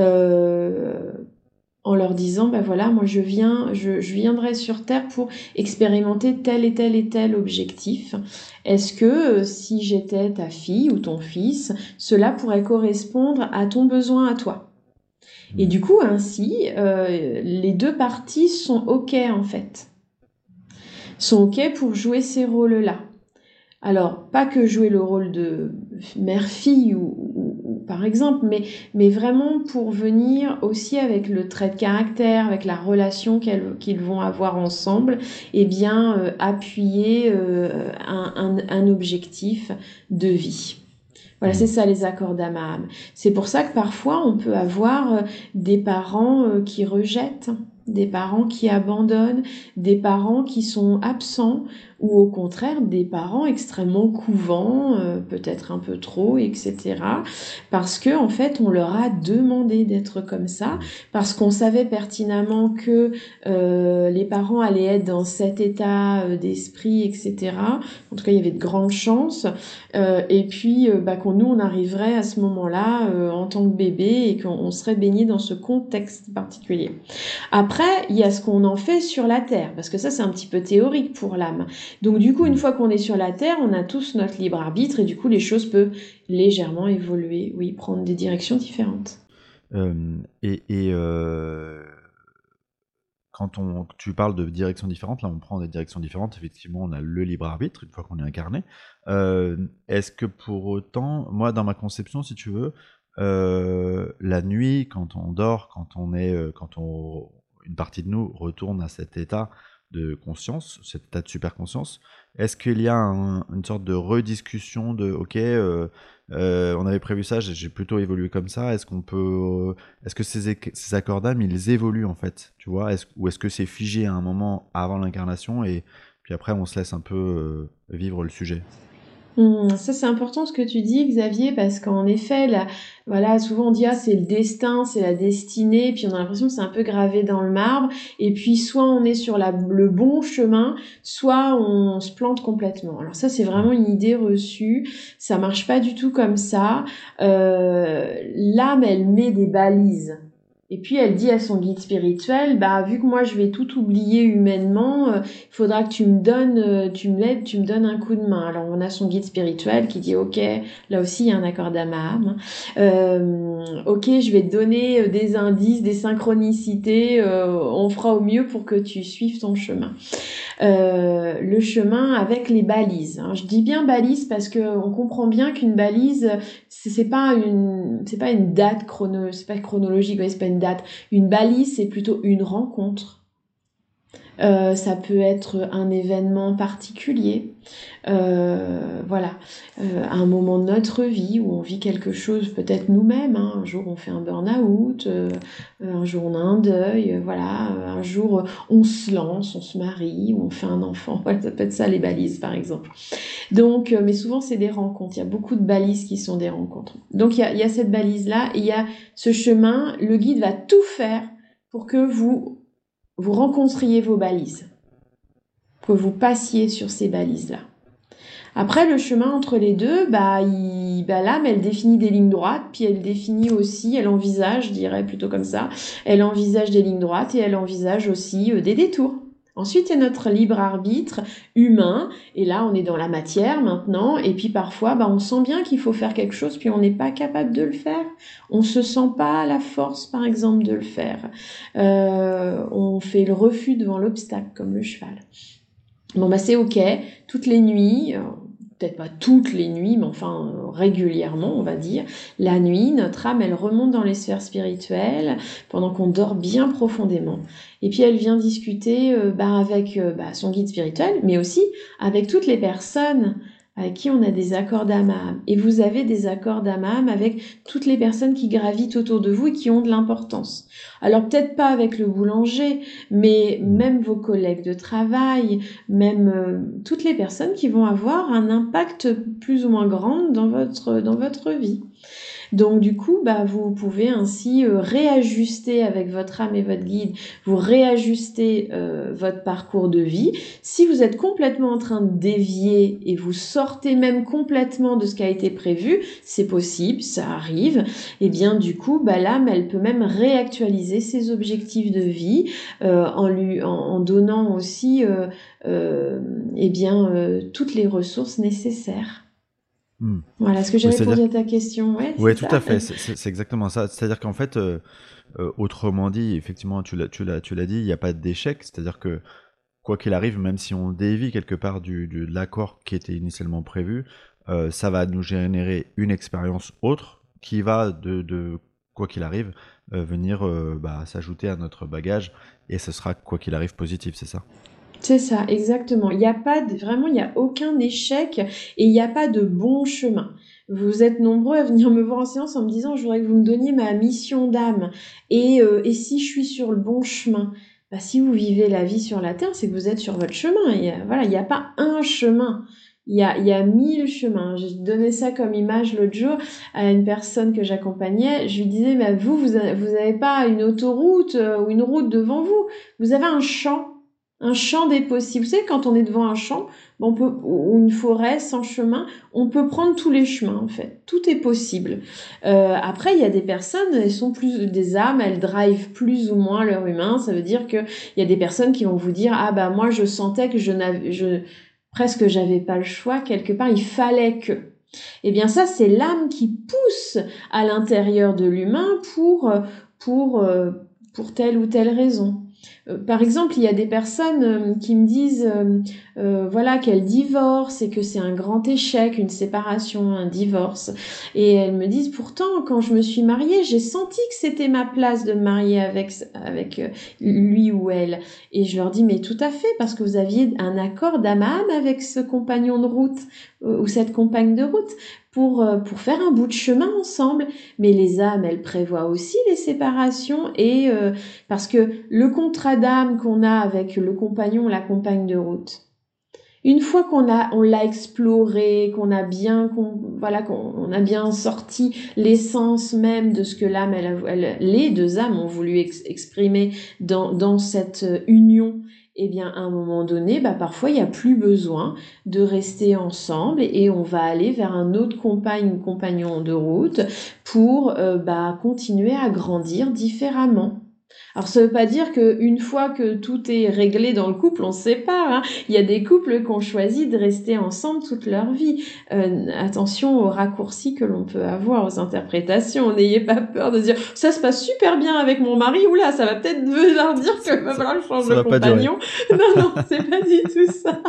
euh, en leur disant, ben voilà, moi je viens, je, je viendrai sur Terre pour expérimenter tel et tel et tel objectif. Est-ce que euh, si j'étais ta fille ou ton fils, cela pourrait correspondre à ton besoin à toi? Et du coup, ainsi, euh, les deux parties sont OK en fait. Sont OK pour jouer ces rôles-là. Alors, pas que jouer le rôle de mère-fille ou, ou- ou par exemple, mais, mais vraiment pour venir aussi avec le trait de caractère, avec la relation qu'elles- qu'ils vont avoir ensemble, et bien euh, appuyer euh, un, un, un objectif de vie. Voilà, c'est ça les accords d'âme à âme. C'est pour ça que parfois on peut avoir euh, des parents euh, qui rejettent, des parents qui abandonnent, des parents qui sont absents ou au contraire des parents extrêmement couvents, euh, peut-être un peu trop, et cetera. Parce que en fait, on leur a demandé d'être comme ça, parce qu'on savait pertinemment que euh, les parents allaient être dans cet état euh, d'esprit, et cetera. En tout cas, il y avait de grandes chances. Euh, et puis, euh, bah, qu'on nous, on arriverait à ce moment-là euh, en tant que bébé et qu'on on serait baigné dans ce contexte particulier. Après, il y a ce qu'on en fait sur la Terre, parce que ça, c'est un petit peu théorique pour l'âme. Donc, du coup, une fois qu'on est sur la Terre, on a tous notre libre arbitre et du coup, les choses peuvent légèrement évoluer, oui, prendre des directions différentes. Euh, et et euh, quand on, tu parles de directions différentes, là on prend des directions différentes, effectivement on a le libre arbitre une fois qu'on est incarné. Euh, Est-ce que pour autant, moi dans ma conception si tu veux, euh, la nuit quand on dort, quand on est, euh, quand on, une partie de nous retourne à cet état de conscience, cet état de super conscience, est-ce qu'il y a un- une sorte de rediscussion de ok, euh, euh, on avait prévu ça, j'ai j'ai plutôt évolué comme ça, est-ce qu'on peut, est-ce que ces, éc- ces accords d'âme, ils évoluent en fait, tu vois, est-ce, ou est-ce que c'est figé à un moment avant l'incarnation et puis après on se laisse un peu euh, vivre le sujet? Hum, ça c'est important ce que tu dis Xavier parce qu'en effet là voilà souvent on dit ah c'est le destin c'est la destinée puis on a l'impression que c'est un peu gravé dans le marbre et puis soit on est sur la, le bon chemin soit on se plante complètement alors ça c'est vraiment une idée reçue ça marche pas du tout comme ça euh, l'âme elle met des balises et puis elle dit à son guide spirituel, bah vu que moi je vais tout oublier humainement, euh, il faudra que tu me donnes, euh, tu me l'aides, tu me donnes un coup de main. Alors on a son guide spirituel qui dit ok, là aussi il y a un accord d'âme à âme. Euh, ok, je vais te donner euh, des indices, des synchronicités, euh, on fera au mieux pour que tu suives ton chemin. Euh, le chemin avec les balises. Hein. Je dis bien balise parce que on comprend bien qu'une balise c'est, c'est pas une c'est pas une date chrono c'est pas chronologique, ouais, c'est pas une date. Une balise c'est plutôt une rencontre. Euh, ça peut être un événement particulier, euh, voilà, euh, à un moment de notre vie où on vit quelque chose, peut-être nous-mêmes, hein, un jour on fait un burn-out, euh, un jour on a un deuil, euh, voilà, un jour on se lance, on se marie, ou on fait un enfant, voilà, ça peut être ça les balises par exemple. Donc, euh, mais souvent c'est des rencontres, il y a beaucoup de balises qui sont des rencontres. Donc il y a, il y a cette balise-là, et il y a ce chemin, le guide va tout faire pour que vous vous rencontriez vos balises, que vous passiez sur ces balises-là. Après, le chemin entre les deux, bah, il, bah, l'âme, elle définit des lignes droites, puis elle définit aussi, elle envisage, je dirais plutôt comme ça, elle envisage des lignes droites et elle envisage aussi euh, des détours. Ensuite, il y a notre libre arbitre humain, et là, on est dans la matière maintenant, et puis parfois, bah, on sent bien qu'il faut faire quelque chose, puis on n'est pas capable de le faire. On se sent pas à la force, par exemple, de le faire. Euh, on fait le refus devant l'obstacle, comme le cheval. Bon, bah, c'est ok, toutes les nuits, euh, peut-être pas toutes les nuits, mais enfin euh, régulièrement, on va dire, la nuit, notre âme, elle remonte dans les sphères spirituelles pendant qu'on dort bien profondément. Et puis elle vient discuter euh, bah, avec euh, bah, son guide spirituel, mais aussi avec toutes les personnes avec qui on a des accords d'âme à âme. Et vous avez des accords d'âme à âme avec toutes les personnes qui gravitent autour de vous et qui ont de l'importance. Alors peut-être pas avec le boulanger, mais même vos collègues de travail, même euh, toutes les personnes qui vont avoir un impact plus ou moins grand dans votre, dans votre vie. Donc du coup, bah, vous pouvez ainsi euh, réajuster avec votre âme et votre guide, vous réajuster euh, votre parcours de vie. Si vous êtes complètement en train de dévier et vous sortez même complètement de ce qui a été prévu, c'est possible, ça arrive, et bien du coup, bah, l'âme, elle peut même réactualiser ses objectifs de vie euh, en, lui, en, en donnant aussi euh, euh, eh bien, euh, toutes les ressources nécessaires. Hmm. Voilà, est-ce que j'ai Oui, répondu c'est-à-dire, à ta question? Ouais, c'est ouais, tout à ça. fait, c'est c'est- c'est exactement ça. C'est-à-dire qu'en fait, euh, euh, autrement dit, effectivement, tu l'as, tu l'as, tu l'as dit, il n'y a pas d'échec. C'est-à-dire que quoi qu'il arrive, même si on dévie quelque part du, du- de l'accord qui était initialement prévu, euh, ça va nous générer une expérience autre qui va, de, de quoi qu'il arrive, euh, venir euh, bah, s'ajouter à notre bagage et ce sera, quoi qu'il arrive, positif, c'est ça? C'est ça, exactement. Il n'y a pas de, vraiment, il n'y a aucun échec et il n'y a pas de bon chemin. Vous êtes nombreux à venir me voir en séance en me disant, je voudrais que vous me donniez ma mission d'âme et, euh, et si je suis sur le bon chemin. bah, si vous vivez la vie sur la terre, c'est que vous êtes sur votre chemin. Il y a, voilà, il n'y a pas un chemin. Il y a, il y a mille chemins. J'ai donné ça comme image l'autre jour à une personne que j'accompagnais. Je lui disais, bah, vous, vous n'avez pas une autoroute euh, ou une route devant vous. Vous avez un champ. Un champ des possibles. Vous savez, quand on est devant un champ, on peut, ou une forêt sans chemin, on peut prendre tous les chemins, en fait. Tout est possible. Euh, après, il y a des personnes, elles sont plus des âmes, elles drivent plus ou moins leur humain. Ça veut dire que il y a des personnes qui vont vous dire, ah bah, moi, je sentais que je n'avais, je, presque j'avais pas le choix. Quelque part, il fallait que. Eh bien, ça, c'est l'âme qui pousse à l'intérieur de l'humain pour, pour, pour telle ou telle raison. Par exemple, il y a des personnes euh, qui me disent euh, euh, voilà qu'elles divorcent et que c'est un grand échec, une séparation, un divorce. Et elles me disent pourtant, quand je me suis mariée, j'ai senti que c'était ma place de me marier avec avec lui ou elle. Et je leur dis mais tout à fait, parce que vous aviez un accord d'âme à âme avec ce compagnon de route ou cette compagne de route pour pour faire un bout de chemin ensemble. Mais les âmes, elles prévoient aussi les séparations et euh, parce que le contrat d'âme qu'on a avec le compagnon ou la compagne de route, une fois qu'on a on l'a exploré, qu'on a bien qu'on, voilà qu'on on a bien sorti l'essence même de ce que l'âme elle, elle les deux âmes ont voulu ex- exprimer dans dans cette union, eh bien à un moment donné, bah parfois il y a plus besoin de rester ensemble et, et on va aller vers un autre compagne ou compagnon de route pour euh, bah continuer à grandir différemment. Alors ça veut pas dire qu'une fois que tout est réglé dans le couple, on se sépare. Hein. Il y a des couples qui ont choisi de rester ensemble toute leur vie. Euh, attention aux raccourcis que l'on peut avoir, aux interprétations. N'ayez pas peur de dire ça se passe super bien avec mon mari. Oula, ça va peut-être vouloir dire qu'il va falloir que je change de compagnon. Non, non, c'est pas du tout ça.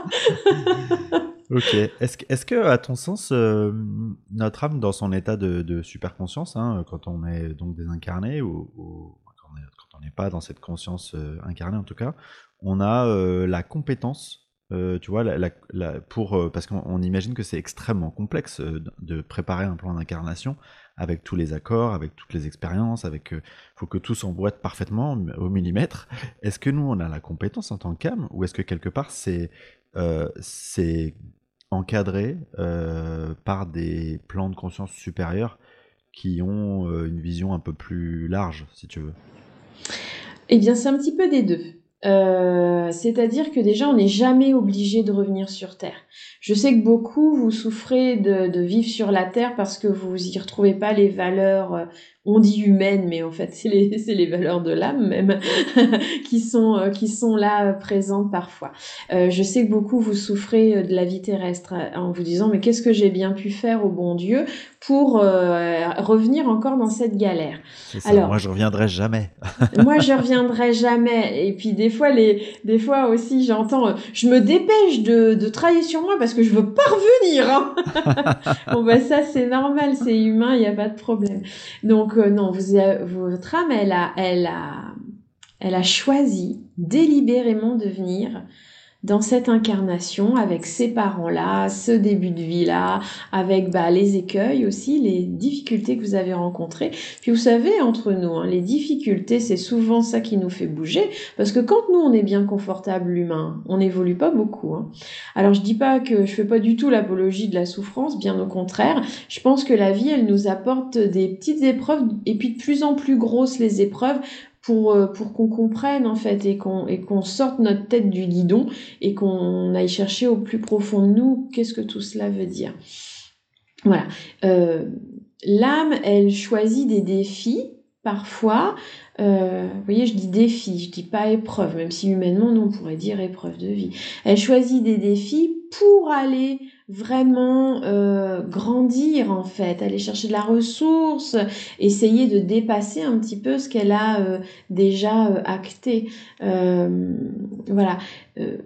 Ok. Est-ce que, est-ce que, à ton sens, euh, notre âme, dans son état de, de superconscience, hein, quand on est donc désincarné ou, ou quand on est- quand on n'est pas dans cette conscience euh, incarnée en tout cas, on a euh, la compétence, euh, tu vois, la, la- la- pour euh, parce qu'on on imagine que c'est extrêmement complexe euh, de de préparer un plan d'incarnation avec tous les accords, avec toutes les expériences, avec euh, faut que tout s'emboîte parfaitement au millimètre. Est-ce que nous on a la compétence en tant qu'âme ou est-ce que quelque part c'est euh, c'est encadré euh, par des plans de conscience supérieurs qui ont euh, une vision un peu plus large, si tu veux? Eh bien, c'est un petit peu des deux. Euh, c'est-à-dire que déjà, on n'est jamais obligé de revenir sur Terre. Je sais que beaucoup, vous souffrez de, de vivre sur la Terre parce que vous y retrouvez pas les valeurs, euh, on dit humaines, mais en fait, c'est les, c'est les valeurs de l'âme même, qui sont, euh, qui sont là euh, présentes parfois. Euh, je sais que beaucoup, vous souffrez euh, de la vie terrestre euh, en vous disant, mais qu'est-ce que j'ai bien pu faire au bon Dieu pour euh, revenir encore dans cette galère? C'est ça, Alors, moi je reviendrai jamais. moi, je reviendrai jamais. Et puis des fois, les, des fois aussi, j'entends, euh, je me dépêche de, de travailler sur moi parce que je veux pas revenir. Hein. Bon bah ça, c'est normal, c'est humain, il y a pas de problème. Donc euh, non, vous, a- votre âme, elle a, elle a, elle a choisi délibérément de venir dans cette incarnation avec ces parents-là, ce début de vie-là, avec bah, les écueils aussi, les difficultés que vous avez rencontrées. Puis vous savez, entre nous, hein, les difficultés, c'est souvent ça qui nous fait bouger, parce que quand nous, on est bien confortable, l'humain, on n'évolue pas beaucoup. Hein. Alors je dis pas que je fais pas du tout l'apologie de la souffrance, bien au contraire. Je pense que la vie, elle nous apporte des petites épreuves, et puis de plus en plus grosses les épreuves, pour euh, pour qu'on comprenne en fait et qu'on et qu'on sorte notre tête du guidon et qu'on aille chercher au plus profond de nous qu'est-ce que tout cela veut dire. Voilà. Euh, l'âme, elle choisit des défis parfois. Euh, vous voyez, je dis défi, je dis pas épreuve, même si humainement, nous, on pourrait dire épreuve de vie. Elle choisit des défis pour aller vraiment euh, grandir, en fait, aller chercher de la ressource, essayer de dépasser un petit peu ce qu'elle a euh, déjà euh, acté. Euh, voilà. Euh,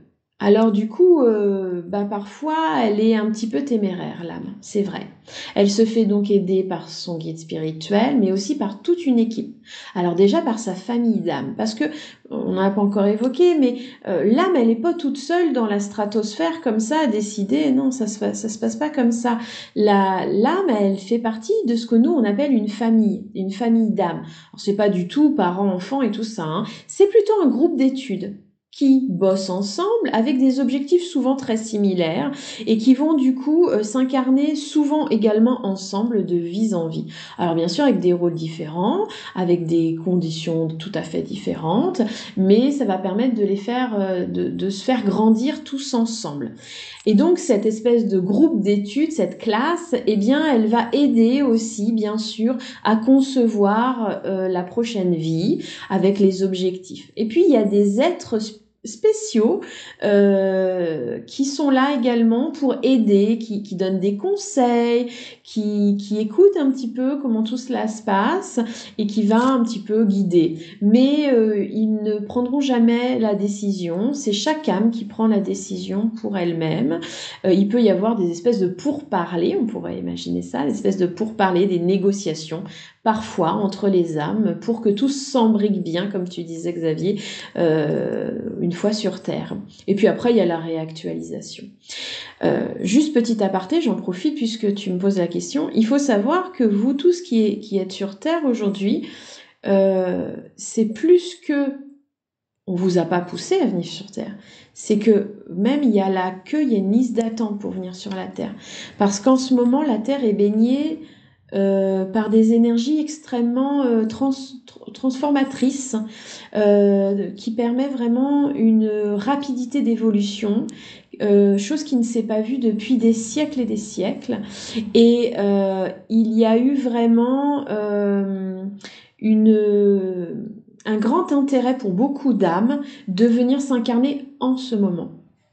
Alors du coup, euh, bah, parfois, elle est un petit peu téméraire, l'âme, c'est vrai. Elle se fait donc aider par son guide spirituel, mais aussi par toute une équipe. Alors déjà par sa famille d'âmes, parce que on n'a pas encore évoqué, mais euh, l'âme, elle n'est pas toute seule dans la stratosphère comme ça à décider. Non, ça se ça se passe pas comme ça. La l'âme, elle fait partie de ce que nous on appelle une famille, une famille d'âmes. Alors c'est pas du tout parents, enfants et tout ça. Hein. C'est plutôt un groupe d'études qui bossent ensemble avec des objectifs souvent très similaires et qui vont du coup euh, s'incarner souvent également ensemble de vie en vie. Alors bien sûr avec des rôles différents, avec des conditions tout à fait différentes, mais ça va permettre de les faire, euh, de, de se faire grandir tous ensemble. Et donc cette espèce de groupe d'études, cette classe, eh bien elle va aider aussi bien sûr à concevoir euh, la prochaine vie avec les objectifs. Et puis il y a des êtres spéciaux euh, qui sont là également pour aider, qui, qui donnent des conseils, qui, qui écoutent un petit peu comment tout cela se passe et qui va un petit peu guider. Mais euh, ils ne prendront jamais la décision, c'est chaque âme qui prend la décision pour elle-même. Euh, il peut y avoir des espèces de pourparlers, on pourrait imaginer ça, des espèces de pourparlers, des négociations parfois entre les âmes pour que tout s'embrique bien, comme tu disais Xavier, euh, une fois sur Terre. Et puis après, il y a la réactualisation. Euh, juste petit aparté, j'en profite puisque tu me poses la question. Il faut savoir que vous tous qui, est, qui êtes sur Terre aujourd'hui, euh, c'est plus que on vous a pas poussé à venir sur Terre. C'est que même il y a la queue, il y a une liste d'attente pour venir sur la Terre. Parce qu'en ce moment, la Terre est baignée Euh, par des énergies extrêmement euh, trans, transformatrices euh, qui permet vraiment une rapidité d'évolution, euh, chose qui ne s'est pas vue depuis des siècles et des siècles. Et euh, il y a eu vraiment euh, une, un grand intérêt pour beaucoup d'âmes de venir s'incarner en ce moment.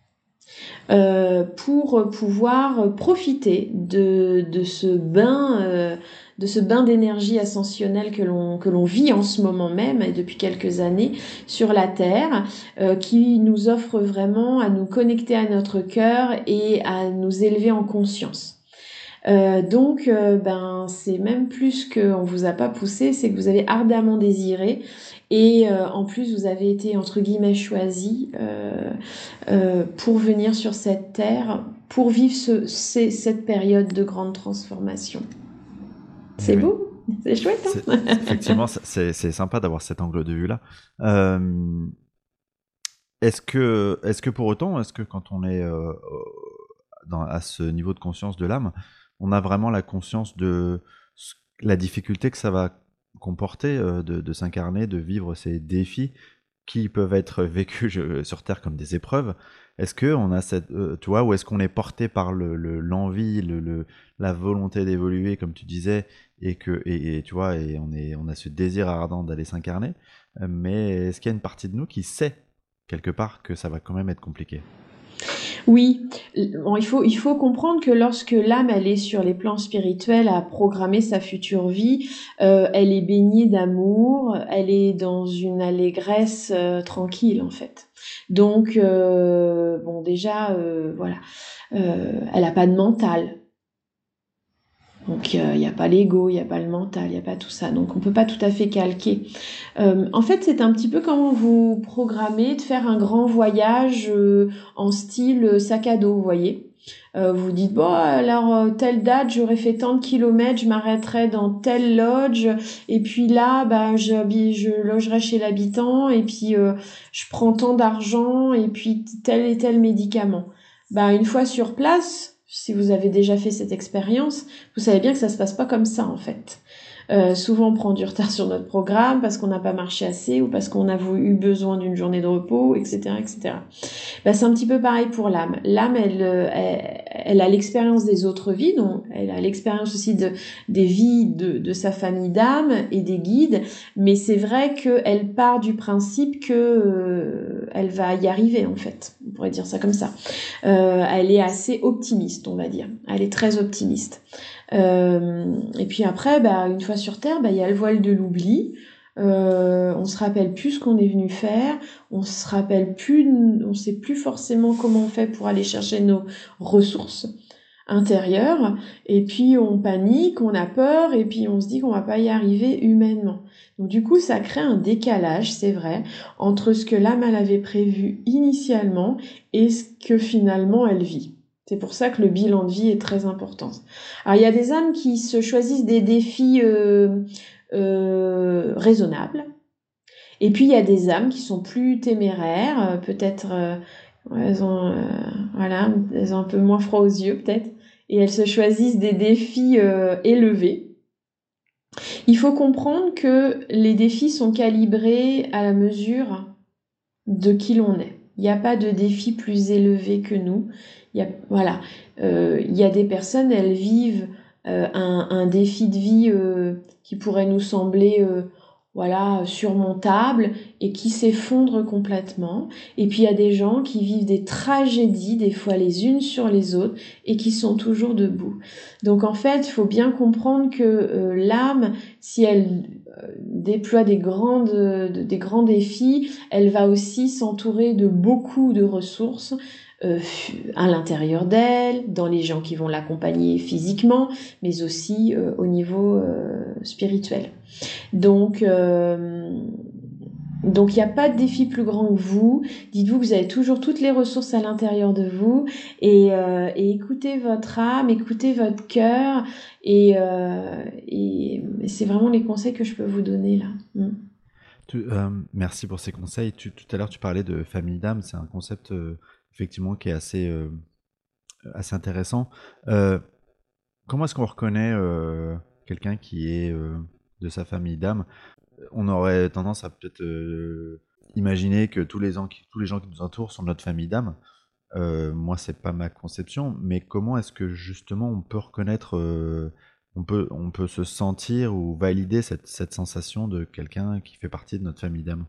Euh, pour pouvoir profiter de, de ce bain, euh, de ce bain d'énergie ascensionnelle que l'on que l'on vit en ce moment même et depuis quelques années sur la Terre, euh, qui nous offre vraiment à nous connecter à notre cœur et à nous élever en conscience. Euh, donc, euh, ben, c'est même plus qu'on vous a pas poussé, c'est que vous avez ardemment désiré et euh, en plus vous avez été entre guillemets choisi euh, euh, pour venir sur cette terre, pour vivre ce, ces, cette période de grande transformation. Eh C'est oui. beau, c'est chouette. Hein C'est- effectivement, c'est c'est sympa d'avoir cet angle de vue-là. Euh, est-ce que, est-ce que pour autant, est-ce que quand on est euh, dans, à ce niveau de conscience de l'âme, on a vraiment la conscience de ce- la difficulté que ça va comporter euh, de, de s'incarner, de vivre ces défis qui peuvent être vécus je- sur Terre comme des épreuves? Est-ce que on a cette, euh, tu vois, ou est-ce qu'on est porté par le, le- l'envie, le, le- la volonté d'évoluer, comme tu disais, et que, et, et tu vois, et on est, on a ce désir ardent d'aller s'incarner, euh, mais est-ce qu'il y a une partie de nous qui sait quelque part que ça va quand même être compliqué? Oui, bon, il faut, il faut comprendre que lorsque l'âme, elle est sur les plans spirituels à programmer sa future vie, euh, elle est baignée d'amour, elle est dans une allégresse euh, tranquille en fait. Donc, euh, bon, déjà, euh, voilà, euh, elle n'a pas de mental. Donc, il euh, n'y a pas l'ego, il n'y a pas le mental, il n'y a pas tout ça. Donc, on ne peut pas tout à fait calquer. Euh, en fait, c'est un petit peu comme vous programmez de faire un grand voyage euh, en style sac à dos, vous voyez. Euh, vous dites, bon, alors, euh, telle date, j'aurais fait tant de kilomètres, je m'arrêterai dans telle lodge, et puis là, bah, je, je logerai chez l'habitant, et puis euh, je prends tant d'argent, et puis tel et tel médicament. Bah, une fois sur place, si vous avez déjà fait cette expérience, vous savez bien que ça se passe pas comme ça, en fait. Euh, souvent, on prend du retard sur notre programme parce qu'on n'a pas marché assez ou parce qu'on a eu besoin d'une journée de repos, et cetera, et cetera. Ben, c'est un petit peu pareil pour l'âme. L'âme, elle, elle, elle a l'expérience des autres vies, donc elle a l'expérience aussi de, des vies de, de sa famille d'âme et des guides, mais c'est vrai qu'elle part du principe que euh, elle va y arriver, en fait. On pourrait dire ça comme ça. Euh, elle est assez optimiste, on va dire. Elle est très optimiste. Euh, et puis après, bah, une fois sur Terre, bah, il y a le voile de l'oubli. Euh, on se rappelle plus ce qu'on est venu faire, on se rappelle plus, on sait plus forcément comment on fait pour aller chercher nos ressources intérieures, et puis on panique, on a peur, et puis on se dit qu'on va pas y arriver humainement. Donc du coup, ça crée un décalage, c'est vrai, entre ce que l'âme elle avait prévu initialement et ce que finalement elle vit. C'est pour ça que le bilan de vie est très important. Alors il y a des âmes qui se choisissent des défis euh, euh, raisonnables. Et puis il y a des âmes qui sont plus téméraires, euh, peut-être euh, ouais, elles ont euh, voilà, elles ont un peu moins froid aux yeux peut-être, et elles se choisissent des défis euh, élevés. Il faut comprendre que les défis sont calibrés à la mesure de qui l'on est. Il n'y a pas de défi plus élevé que nous. Il y a voilà, euh, il y a des personnes, elles vivent euh, un, un défi de vie euh, qui pourrait nous sembler euh, voilà surmontable et qui s'effondre complètement. Et puis il y a des gens qui vivent des tragédies, des fois les unes sur les autres, et qui sont toujours debout. Donc en fait, il faut bien comprendre que euh, l'âme, si elle euh, déploie des grandes, de, des grands défis, elle va aussi s'entourer de beaucoup de ressources euh, à l'intérieur d'elle, dans les gens qui vont l'accompagner physiquement, mais aussi euh, au niveau euh, spirituel. Donc, euh, donc il n'y a pas de défi plus grand que vous. Dites-vous que vous avez toujours toutes les ressources à l'intérieur de vous et, euh, et écoutez votre âme, écoutez votre cœur et, euh, et c'est vraiment les conseils que je peux vous donner là. Mm. Tu, euh, merci pour ces conseils. Tu, tout à l'heure, tu parlais de famille d'âme. C'est un concept euh, effectivement qui est assez, euh, assez intéressant. Euh, comment est-ce qu'on reconnaît euh, quelqu'un qui est euh, de sa famille d'âme? On aurait tendance à peut-être euh, imaginer que tous les, gens qui, tous les gens qui nous entourent sont de notre famille d'âme. Euh, moi, c'est pas ma conception, mais comment est-ce que justement on peut reconnaître, euh, on peut, on peut se sentir ou valider cette, cette sensation de quelqu'un qui fait partie de notre famille d'âme?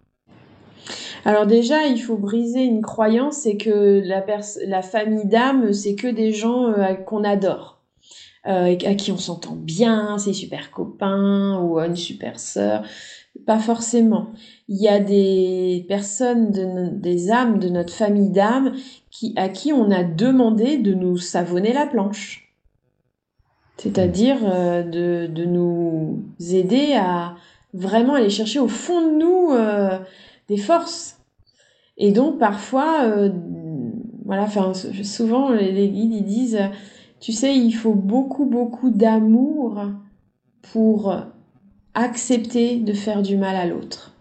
Alors déjà, il faut briser une croyance, c'est que la, pers- la famille d'âme, c'est que des gens euh, qu'on adore. Euh, à qui on s'entend bien, c'est super copains ou une super sœur. Pas forcément. Il y a des personnes, de no- des âmes de notre famille d'âmes qui, à qui on a demandé de nous savonner la planche. C'est-à-dire euh, de, de nous aider à vraiment aller chercher au fond de nous euh, des forces. Et donc parfois, euh, voilà, enfin souvent les, les guides ils disent, tu sais, il faut beaucoup beaucoup d'amour pour accepter de faire du mal à l'autre.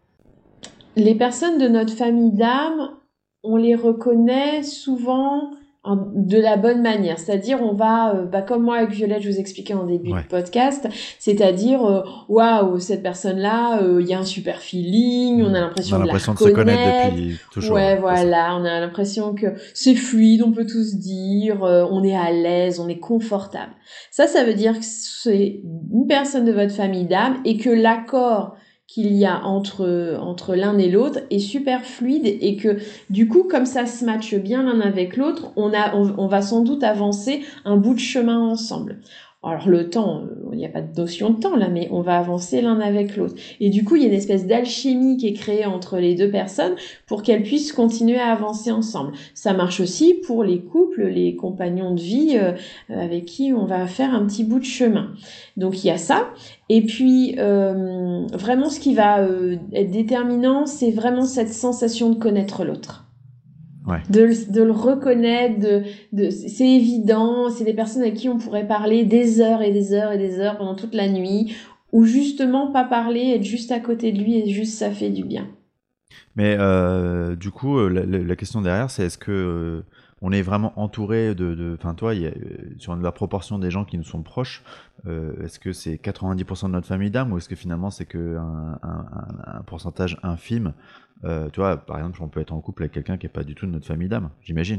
Les personnes de notre famille d'âme, on les reconnaît souvent en- de la bonne manière. C'est-à-dire, on va, euh, bah, comme moi avec Violette, je vous expliquais en début de Ouais. podcast, c'est-à-dire, euh, waouh, cette personne-là, euh, il y a un super feeling, on a Hmm. On a l'impression de la l'impression de se connaître reconnaître. depuis toujours, ouais, Ouais, c'est ça. voilà, on a l'impression que c'est fluide, on peut tout se dire, euh, on est à l'aise, on est confortable. Ça, ça veut dire que c'est une personne de votre famille d'âme et que l'accord qu'il y a entre, entre l'un et l'autre est super fluide et que du coup, comme ça se matche bien l'un avec l'autre, on, a, on, on va sans doute avancer un bout de chemin ensemble. Alors le temps, euh, il n'y a pas de notion de temps là, mais on va avancer l'un avec l'autre. Et du coup, il y a une espèce d'alchimie qui est créée entre les deux personnes pour qu'elles puissent continuer à avancer ensemble. Ça marche aussi pour les couples, les compagnons de vie euh, avec qui on va faire un petit bout de chemin. Donc il y a ça. Et puis euh, vraiment, ce qui va euh, être déterminant, c'est vraiment cette sensation de connaître l'autre. Ouais. De, le- de le reconnaître, de, de, c'est évident, c'est des personnes à qui on pourrait parler des heures et des heures et des heures pendant toute la nuit, ou justement pas parler, être juste à côté de lui et juste ça fait du bien. Mais euh, du coup, euh, la, la- la question derrière, c'est est-ce que euh, on est vraiment entouré de, de, enfin toi, il y a, euh, sur la proportion des gens qui nous sont proches, euh, est-ce que c'est quatre-vingt-dix pour cent de notre famille d'âme ou est-ce que finalement c'est que un, un- un- un pourcentage infime? Euh, tu vois, par exemple, on peut être en couple avec quelqu'un qui est pas du tout de notre famille d'âme, j'imagine.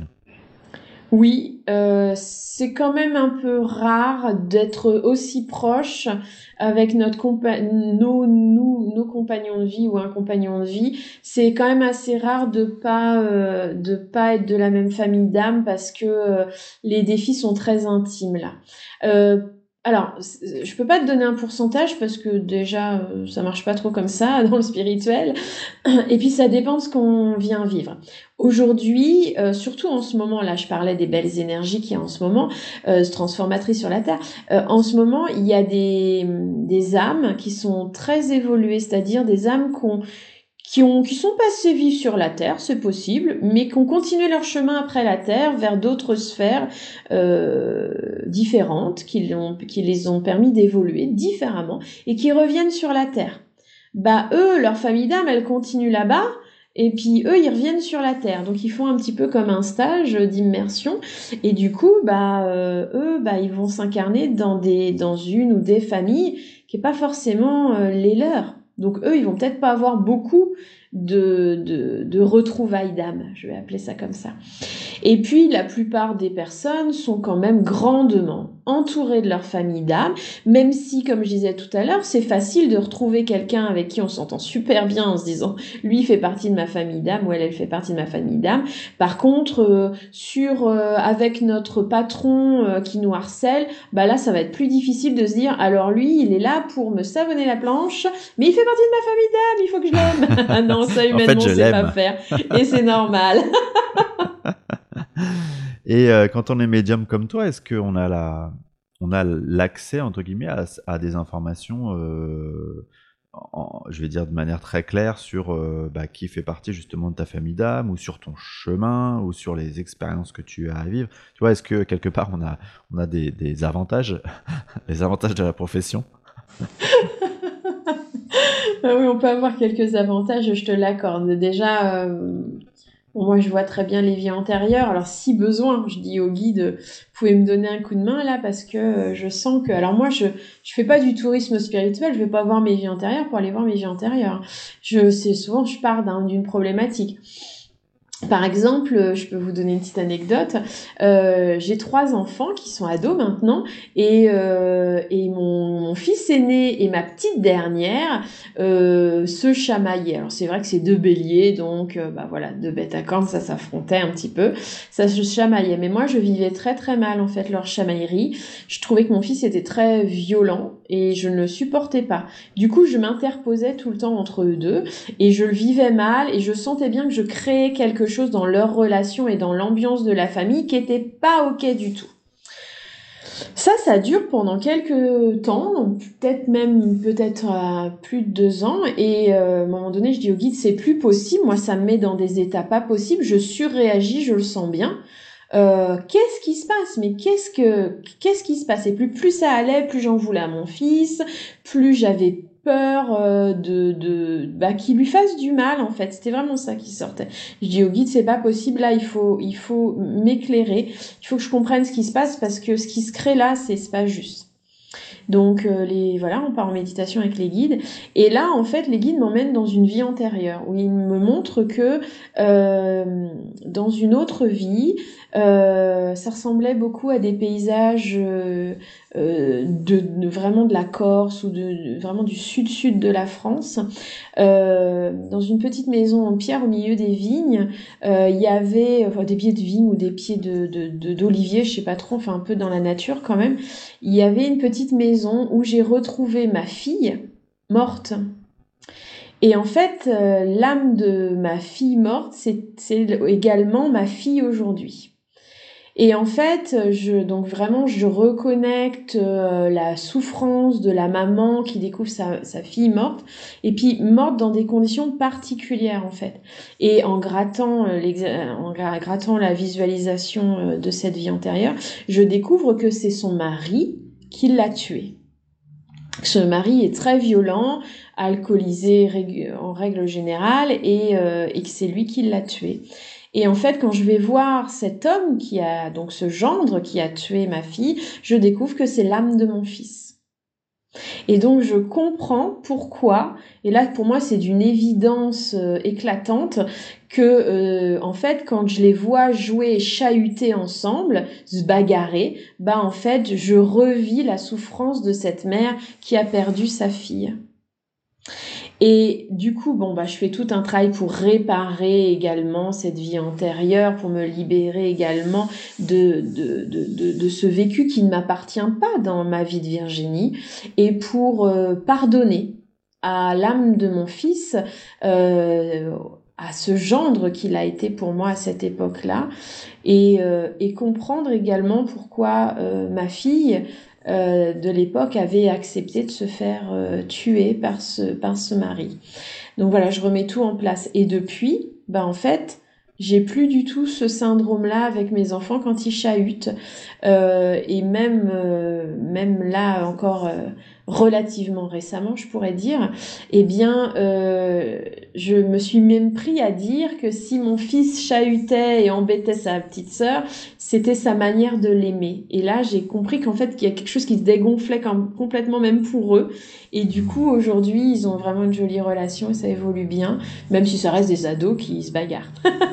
Oui, euh, c'est quand même un peu rare d'être aussi proche avec notre compa- nos, nous, nos compagnons de vie ou un compagnon de vie. C'est quand même assez rare de pas euh, de pas être de la même famille d'âme parce que euh, les défis sont très intimes là. Euh, Alors, c- je peux pas te donner un pourcentage parce que déjà, euh, ça marche pas trop comme ça dans le spirituel. Et puis, ça dépend de ce qu'on vient vivre. Aujourd'hui, euh, surtout en ce moment, là, je parlais des belles énergies qu'il y a en ce moment, euh, transformatrices sur la Terre. Euh, en ce moment, il y a des, des âmes qui sont très évoluées, c'est-à-dire des âmes qu'on qui ont, qui sont passés vivre sur la Terre, c'est possible, mais qui ont continué leur chemin après la Terre vers d'autres sphères euh, différentes, qui, l'ont, qui les ont permis d'évoluer différemment et qui reviennent sur la Terre. Bah eux, leur famille d'âme, elle continue là-bas. Et puis eux, ils reviennent sur la Terre, donc ils font un petit peu comme un stage d'immersion. Et du coup, bah euh, eux, bah ils vont s'incarner dans des, dans une ou des familles qui est pas forcément euh, les leurs. Donc eux, ils vont peut-être pas avoir beaucoup de, de, de retrouvailles d'âme, je vais appeler ça comme ça. Et puis, la plupart des personnes sont quand même grandement entourées de leur famille d'âme, même si, comme je disais tout à l'heure, c'est facile de retrouver quelqu'un avec qui on s'entend super bien en se disant « lui fait partie de ma famille d'âme » ou « elle, elle fait partie de ma famille d'âme ». Par contre, euh, sur euh, avec notre patron euh, qui nous harcèle, bah là, ça va être plus difficile de se dire « alors lui, il est là pour me savonner la planche, mais il fait partie de ma famille d'âme, il faut que je l'aime ». Non, ça, En fait, humainement, je c'est pas l'aime. faire. Et c'est normal. Et euh, quand on est médium comme toi, est-ce qu'on a la, on a l'accès entre guillemets à, à des informations, euh, en- je vais dire de manière très claire sur euh, bah, qui fait partie justement de ta famille d'âme, ou sur ton chemin, ou sur les expériences que tu as à vivre. Tu vois, est-ce que quelque part on a, on a des, des avantages, les avantages de la profession? Ah oui, on peut avoir quelques avantages, je te l'accorde. Déjà, euh, bon, moi, je vois très bien les vies antérieures. Alors, si besoin, je dis au guide, vous pouvez me donner un coup de main là, parce que euh, je sens que... Alors moi, je je fais pas du tourisme spirituel, je vais pas voir mes vies antérieures pour aller voir mes vies antérieures. Je, c'est souvent, je pars d'un- d'une problématique. Par exemple, je peux vous donner une petite anecdote. Euh, j'ai trois enfants qui sont ados maintenant et, euh, et mon, mon fils aîné et ma petite dernière euh, se chamaillaient. Alors c'est vrai que c'est deux béliers, donc euh, bah voilà, deux bêtes à cornes, ça s'affrontait un petit peu, ça se chamaillait. Mais moi, je vivais très très mal en fait leur chamaillerie. Je trouvais que mon fils était très violent et je ne le supportais pas. Du coup, je m'interposais tout le temps entre eux deux. Et je le vivais mal et je sentais bien que je créais quelque chose dans leur relation et dans l'ambiance de la famille qui était pas ok du tout. Ça, ça dure pendant quelques temps, peut-être même peut-être euh, plus de deux ans. Et euh, à un moment donné, je dis au guide, c'est plus possible. Moi, ça me met dans des états pas possibles. Je surréagis, je le sens bien. Euh, qu'est-ce qui se passe? Mais qu'est-ce que qu'est-ce qui se passe? Et plus plus ça allait, plus j'en voulais à mon fils, plus j'avais peur euh, de de bah qu'il lui fasse du mal en fait. C'était vraiment ça qui sortait. Je dis au guide, c'est pas possible là, il faut il faut m'éclairer, il faut que je comprenne ce qui se passe parce que ce qui se crée là, c'est c'est pas juste. Donc euh, les voilà, on part en méditation avec les guides et là en fait les guides m'emmènent dans une vie antérieure où ils me montrent que euh, dans une autre vie, euh, ça ressemblait beaucoup à des paysages euh, euh, de, de vraiment de la Corse ou de, de- vraiment du sud-sud de la France. Euh, dans une petite maison en pierre au milieu des vignes, euh, il y avait enfin, des pieds de vigne ou des pieds de de- de- d'olivier, je sais pas trop, enfin un peu dans la nature quand même. Il y avait une petite maison où j'ai retrouvé ma fille morte. Et en fait, euh, l'âme de ma fille morte, c'est c'est également ma fille aujourd'hui. Et en fait, je donc vraiment je reconnecte euh, la souffrance de la maman qui découvre sa, sa fille morte et puis morte dans des conditions particulières en fait. Et en grattant euh, l'exa- en gra- grattant la visualisation euh, de cette vie antérieure, je découvre que c'est son mari qui l'a tuée. Ce mari est très violent, alcoolisé régu- en règle générale, et, euh, et que c'est lui qui l'a tué. Et en fait, quand je vais voir cet homme qui a, donc ce gendre qui a tué ma fille, je découvre que c'est l'âme de mon fils. Et donc je comprends pourquoi, et là pour moi c'est d'une évidence euh, éclatante, que euh, en fait quand je les vois jouer et chahuter ensemble, se bagarrer, bah en fait je revis la souffrance de cette mère qui a perdu sa fille. Et du coup, bon, bah, je fais tout un travail pour réparer également cette vie antérieure, pour me libérer également de, de, de, de, de ce vécu qui ne m'appartient pas dans ma vie de Virginie, et pour euh, pardonner à l'âme de mon fils, euh, à ce gendre qu'il a été pour moi à cette époque-là, et, euh, et comprendre également pourquoi euh, ma fille euh, de l'époque avait accepté de se faire euh, tuer par ce, par ce mari. Donc voilà, je remets tout en place. Et depuis, ben en fait, j'ai plus du tout ce syndrome-là avec mes enfants quand ils chahutent. Euh, et même, euh, même là, encore euh, relativement récemment, je pourrais dire, eh bien, euh, je me suis même pris à dire que si mon fils chahutait et embêtait sa petite sœur, c'était sa manière de l'aimer. Et là, j'ai compris qu'en fait, qu'il y a quelque chose qui se dégonflait comme, complètement même pour eux. Et du coup, aujourd'hui, ils ont vraiment une jolie relation et ça évolue bien, même si ça reste des ados qui se bagarrent.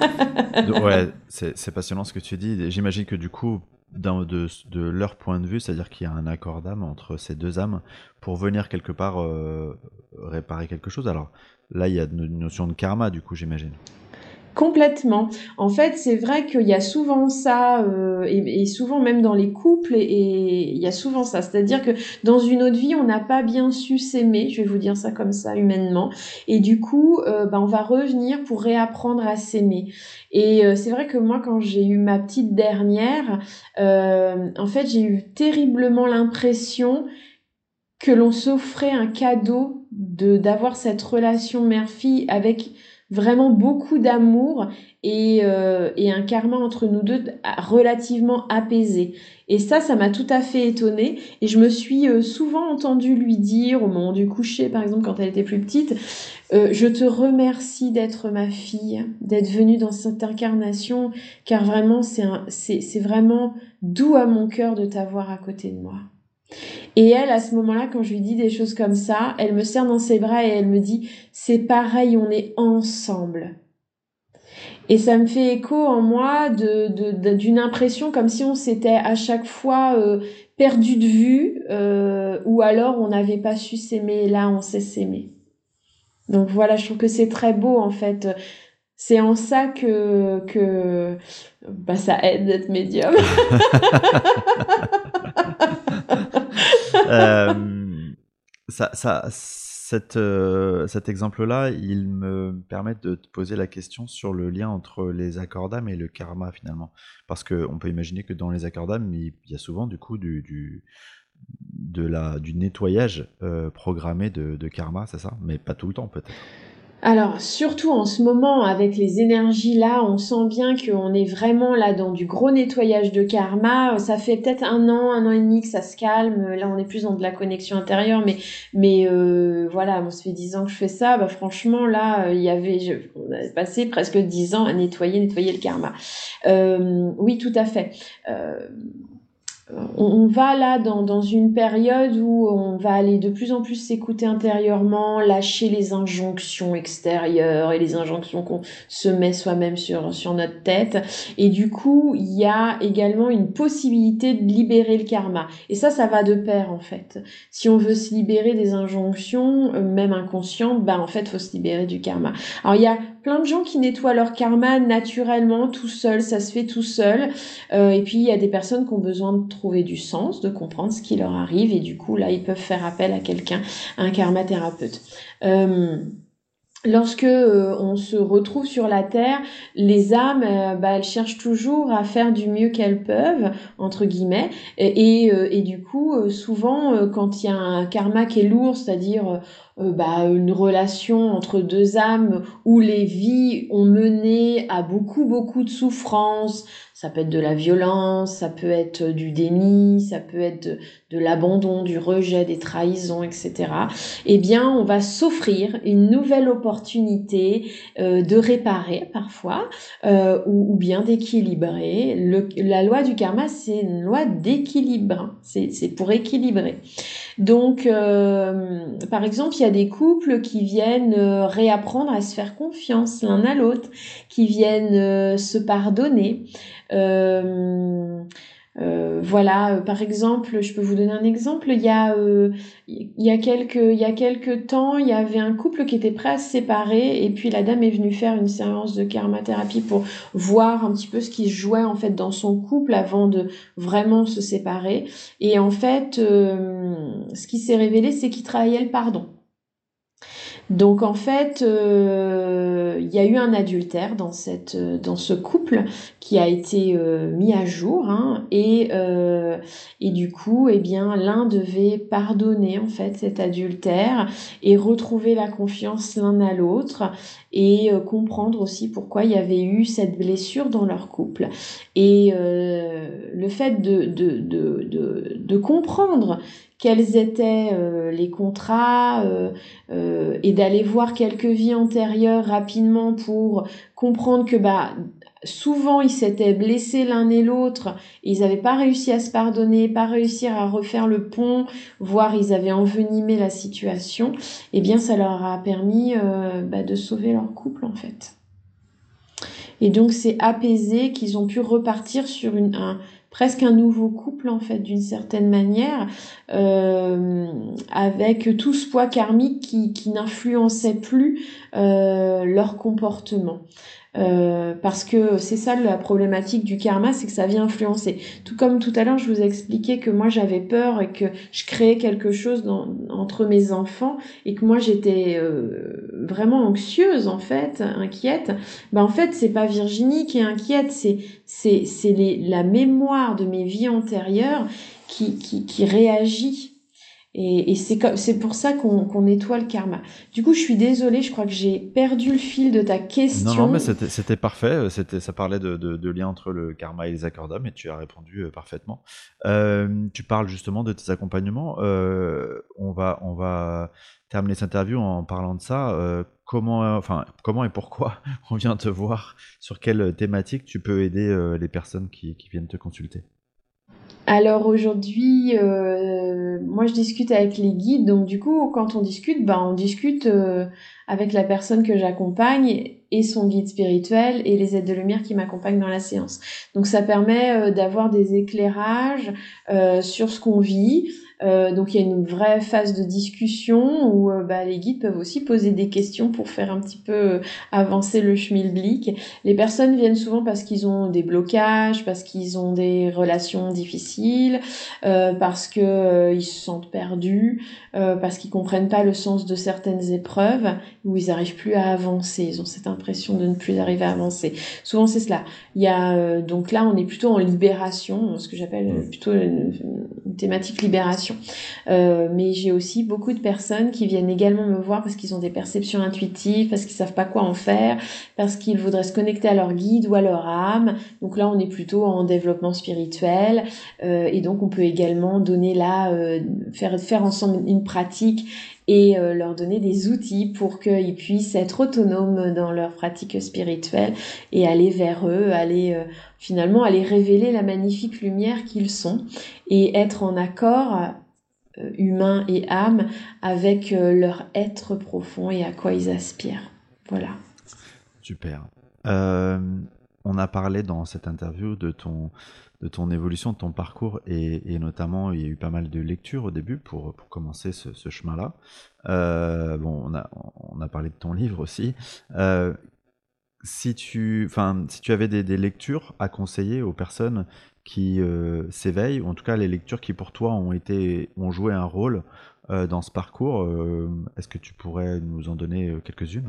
Ouais, c'est c'est passionnant ce que tu dis. J'imagine que du coup, d'un- de, de leur point de vue, c'est-à-dire qu'il y a un accord d'âme entre ces deux âmes pour venir quelque part euh, réparer quelque chose. Alors là, il y a une notion de karma, du coup, j'imagine. Complètement. En fait, c'est vrai qu'il y a souvent ça, euh, et, et souvent même dans les couples, et, et il y a souvent ça. C'est-à-dire que dans une autre vie, on n'a pas bien su s'aimer, je vais vous dire ça comme ça humainement, et du coup, euh, ben, on va revenir pour réapprendre à s'aimer. Et euh, c'est vrai que moi, quand j'ai eu ma petite dernière, euh, en fait, j'ai eu terriblement l'impression que l'on s'offrait un cadeau de d'avoir cette relation mère-fille avec vraiment beaucoup d'amour et, euh, et un karma entre nous deux relativement apaisé. Et ça, ça m'a tout à fait étonnée. Et je me suis euh, souvent entendue lui dire, au moment du coucher, par exemple, quand elle était plus petite, euh, je te remercie d'être ma fille, d'être venue dans cette incarnation, car vraiment, c'est un, c'est, c'est vraiment doux à mon cœur de t'avoir à côté de moi. Et elle, à ce moment-là, quand je lui dis des choses comme ça, elle me serre dans ses bras et elle me dit, c'est pareil, on est ensemble. Et ça me fait écho en moi de, de, de- d'une impression comme si on s'était à chaque fois euh, perdu de vue, euh, ou alors on n'avait pas su s'aimer et là on sait s'aimer. Donc voilà, je trouve que c'est très beau en fait. C'est en ça que, que bah, ça aide d'être médium. Euh, ça, ça, cette, euh, cet exemple-là, il me permet de te poser la question sur le lien entre les accords d'âme et le karma finalement. Parce qu'on peut imaginer que dans les accords d'âme, il y a souvent du coup du, du, de la, du nettoyage euh, programmé de, de karma, c'est ça? Mais pas tout le temps peut-être. Alors, surtout en ce moment, avec les énergies là, on sent bien qu'on est vraiment là dans du gros nettoyage de karma. Ça fait peut-être un an, un an et demi que ça se calme. Là, on est plus dans de la connexion intérieure, mais mais euh, voilà, moi, ça fait dix ans que je fais ça. Bah franchement, là, il y avait, je, on a passé presque dix ans à nettoyer, nettoyer le karma. Euh, oui, tout à fait. Euh, on va là dans, dans une période où on va aller de plus en plus s'écouter intérieurement, lâcher les injonctions extérieures et les injonctions qu'on se met soi-même sur, sur notre tête. Et du coup, il y a également une possibilité de libérer le karma. Et ça, ça va de pair en fait. Si on veut se libérer des injonctions, même inconscientes, bah en fait, faut se libérer du karma. Alors il y a plein de gens qui nettoient leur karma naturellement, tout seul, ça se fait tout seul. Euh, et puis il y a des personnes qui ont besoin de trouver du sens, de comprendre ce qui leur arrive, et du coup là ils peuvent faire appel à quelqu'un, à un karma thérapeute. Euh, Lorsque euh, on se retrouve sur la terre, les âmes, euh, bah, elles cherchent toujours à faire du mieux qu'elles peuvent, entre guillemets, et, et, euh, et du coup, euh, souvent, euh, quand il y a un karma qui est lourd, c'est-à-dire euh, bah, une relation entre deux âmes où les vies ont mené à beaucoup, beaucoup de souffrances, ça peut être de la violence, ça peut être du déni, ça peut être de, de l'abandon, du rejet, des trahisons, et cetera. Eh bien, on va s'offrir une nouvelle opportunité euh, de réparer parfois, euh, ou, ou bien d'équilibrer. Le, la loi du karma, c'est une loi d'équilibre. C'est, c'est pour équilibrer. Donc, euh, par exemple, il y a des couples qui viennent euh, réapprendre à se faire confiance l'un à l'autre, qui viennent euh, se pardonner. Euh, Euh, voilà, euh, par exemple, je peux vous donner un exemple. Il y a, euh, il y a quelques, il y a quelques temps, il y avait un couple qui était prêt à se séparer, et puis la dame est venue faire une séance de karma-thérapie pour voir un petit peu ce qui se jouait en fait dans son couple avant de vraiment se séparer. Et en fait, euh, ce qui s'est révélé, c'est qu'il travaillait le pardon. Donc en fait, euh, il y a eu un adultère dans cette, dans ce couple qui a été euh, mis à jour, hein, et euh, et du coup, eh bien, l'un devait pardonner en fait cet adultère et retrouver la confiance l'un à l'autre et euh, comprendre aussi pourquoi il y avait eu cette blessure dans leur couple. Et euh, le fait de de de de, de comprendre quels étaient euh, les contrats euh, euh, et d'aller voir quelques vies antérieures rapidement pour comprendre que bah souvent ils s'étaient blessés l'un et l'autre, et ils n'avaient pas réussi à se pardonner, pas réussir à refaire le pont, voire ils avaient envenimé la situation. Et bien ça leur a permis euh, bah, de sauver leur couple en fait. Et donc c'est apaisé qu'ils ont pu repartir sur une, un, presque un nouveau couple en fait d'une certaine manière, euh, avec tout ce poids karmique qui, qui n'influençait plus euh, leur comportement. Euh, parce que c'est ça la problématique du karma, c'est que ça vient influencer. Tout comme tout à l'heure, je vous ai expliqué que moi j'avais peur et que je créais quelque chose dans, entre mes enfants et que moi j'étais euh, vraiment anxieuse en fait, inquiète. Ben en fait c'est pas Virginie qui est inquiète, c'est c'est c'est les, la mémoire de mes vies antérieures qui qui qui réagit. Et, et c'est comme, c'est pour ça qu'on qu'on nettoie le karma. Du coup, je suis désolée, je crois que j'ai perdu le fil de ta Non, non, mais question. c'était c'était parfait. C'était, ça parlait de, de, de lien entre le karma et les accords et tu as répondu euh, parfaitement. Euh, tu parles justement de tes accompagnements. Euh, on va, on va terminer cette interview en parlant de ça. Euh, comment, euh, enfin, comment et pourquoi on vient te voir? Sur quelle thématique tu peux aider euh, les personnes qui, qui viennent te consulter? Alors aujourd'hui, euh, moi je discute avec les guides, donc du coup quand on discute, bah on discute euh, avec la personne que j'accompagne et son guide spirituel et les aides de lumière qui m'accompagnent dans la séance. Donc ça permet euh, d'avoir des éclairages euh, sur ce qu'on vit. Euh, donc il y a une vraie phase de discussion où euh, bah, les guides peuvent aussi poser des questions pour faire un petit peu euh, avancer le schmilblick. Les personnes viennent souvent parce qu'ils ont des blocages, parce qu'ils ont des relations difficiles, euh, parce que euh, ils se sentent perdus, euh, parce qu'ils comprennent pas le sens de certaines épreuves, où ils arrivent plus à avancer. Ils ont cette impression de ne plus arriver à avancer. Souvent c'est cela. Il y a euh, donc là on est plutôt en libération, ce que j'appelle plutôt une, une thématique libération. Euh, mais j'ai aussi beaucoup de personnes qui viennent également me voir parce qu'ils ont des perceptions intuitives, parce qu'ils savent pas quoi en faire, parce qu'ils voudraient se connecter à leur guide ou à leur âme. Donc là, on est plutôt en développement spirituel. Euh, et donc, on peut également donner là, euh, faire, faire ensemble une pratique et euh, leur donner des outils pour qu'ils puissent être autonomes dans leur pratique spirituelle et aller vers eux, aller euh, finalement aller révéler la magnifique lumière qu'ils sont et être en accord euh, humain et âme avec euh, leur être profond et à quoi ils aspirent. Voilà. Super. Euh, on a parlé dans cette interview de ton, de ton évolution, de ton parcours, et, et notamment il y a eu pas mal de lectures au début pour, pour commencer ce, ce chemin-là. Euh, bon, on a, on a parlé de ton livre aussi. Euh, si tu, enfin, si tu avais des, des lectures à conseiller aux personnes qui euh, s'éveillent, ou en tout cas les lectures qui pour toi ont été, ont joué un rôle euh, dans ce parcours, euh, est-ce que tu pourrais nous en donner euh, quelques-unes?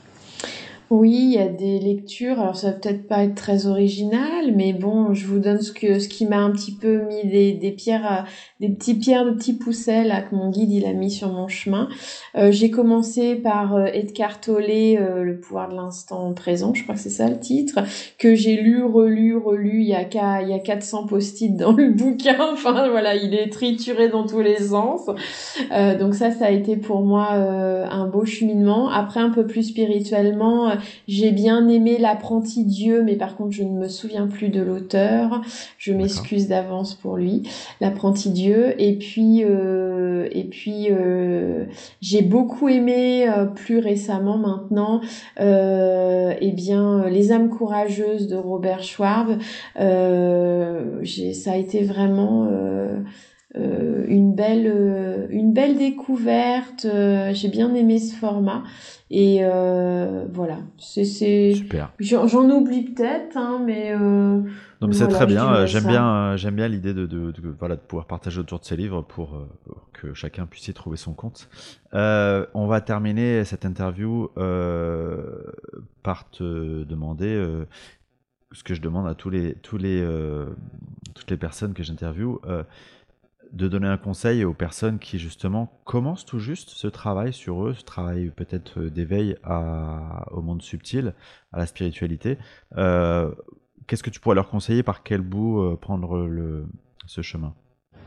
Oui, il y a des lectures. Alors ça va peut-être pas être très original, mais bon, je vous donne ce que ce qui m'a un petit peu mis des, des pierres, à- des petits pierres, de petits poussets là que mon guide il a mis sur mon chemin. Euh, j'ai commencé par euh, Edgar Tolle, euh, Le pouvoir de l'instant présent. Je crois que c'est ça le titre, que j'ai lu, relu, relu. Il y a qu'à, il y a quatre cents post-it dans le bouquin. Enfin voilà, il est trituré dans tous les sens. Euh, donc ça, ça a été pour moi euh, un beau cheminement. Après, un peu plus spirituellement. bien, j'ai bien aimé L'apprenti Dieu, mais par contre, je ne me souviens plus de l'auteur. Je D'accord. m'excuse d'avance pour lui. L'apprenti Dieu. Et puis, euh, et puis, euh, j'ai beaucoup aimé euh, plus récemment maintenant, euh, eh bien, Les âmes courageuses de Robert Schwab. Euh, j'ai, ça a été vraiment euh, euh, une belle, euh, une belle découverte. Euh, j'ai bien aimé ce format. Et euh, voilà, c'est, c'est, Super. j'en, j'en oublie peut-être, hein, mais euh, Non, mais c'est voilà, très je bien. euh, dirais J'aime ça. bien, euh, j'aime bien l'idée de, de, de- voilà, de pouvoir partager autour de ces livres pour, euh, pour que chacun puisse y trouver son compte. Euh, on va terminer cette interview euh, par te demander euh, ce que je demande à tous les, tous les, euh, toutes les personnes que j'interviewe, euh, de donner un conseil aux personnes qui justement commencent tout juste ce travail sur eux, ce travail peut-être euh, d'éveil à, au monde subtil, à la spiritualité. Euh, Qu'est-ce que tu pourrais leur conseiller, par quel bout euh, prendre le, ce chemin?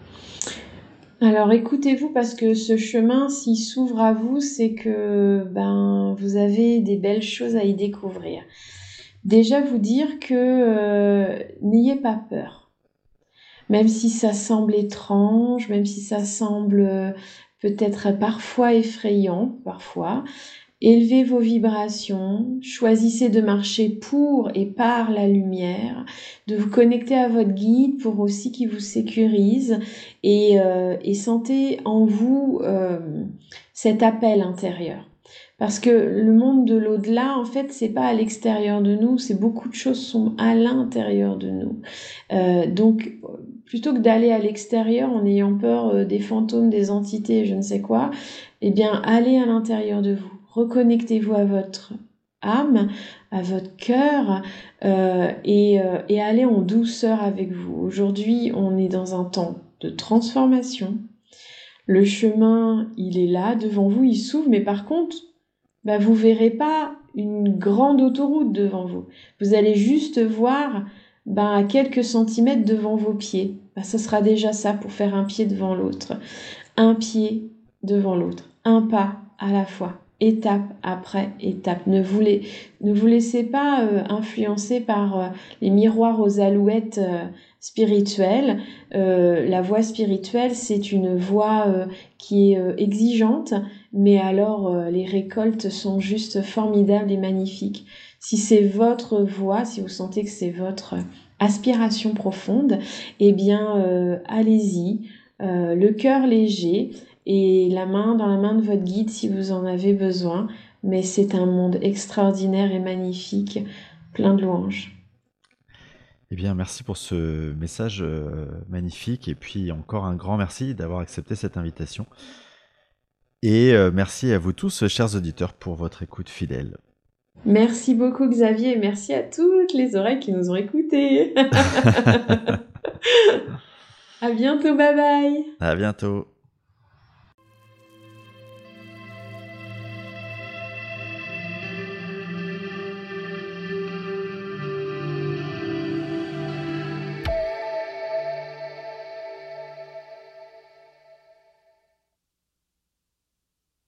Alors écoutez-vous parce que ce chemin, s'il s'ouvre à vous, c'est que ben vous avez des belles choses à y découvrir. Déjà vous dire que euh, n'ayez pas peur. Même si ça semble étrange, même si ça semble euh, peut-être parfois effrayant, parfois, élevez vos vibrations, choisissez de marcher pour et par la lumière, de vous connecter à votre guide pour aussi qu'il vous sécurise et, euh, et sentez en vous euh, cet appel intérieur. Parce que le monde de l'au-delà, en fait, c'est pas à l'extérieur de nous, c'est beaucoup de choses sont à l'intérieur de nous. Euh, donc, plutôt que d'aller à l'extérieur en ayant peur euh, des fantômes, des entités, je ne sais quoi, eh bien, allez à l'intérieur de vous. Reconnectez-vous à votre âme, à votre cœur, euh, et, euh, et allez en douceur avec vous. Aujourd'hui, on est dans un temps de transformation. Le chemin, il est là, devant vous, il s'ouvre, mais par contre, bah, vous verrez pas une grande autoroute devant vous. Vous allez juste voir ben, à quelques centimètres devant vos pieds. Bah, ça sera déjà ça pour faire un pied devant l'autre. Un pied devant l'autre. Un pas à la fois. Étape après étape. Ne vous, la- ne vous laissez pas euh, influencer par euh, les miroirs aux alouettes euh, spirituelles. Euh, la voie spirituelle, c'est une voie euh, qui est euh, exigeante, mais alors euh, les récoltes sont juste formidables et magnifiques. Si c'est votre voie, si vous sentez que c'est votre aspiration profonde, eh bien euh, allez-y, euh, le cœur léger et la main dans la main de votre guide si vous en avez besoin. Mais c'est un monde extraordinaire et magnifique, plein de louanges. Eh bien, merci pour ce message euh, magnifique, et puis encore un grand merci d'avoir accepté cette invitation. Et euh, merci à vous tous, chers auditeurs, pour votre écoute fidèle. Merci beaucoup Xavier et merci à toutes les oreilles qui nous ont écoutés. À bientôt, bye bye. À bientôt.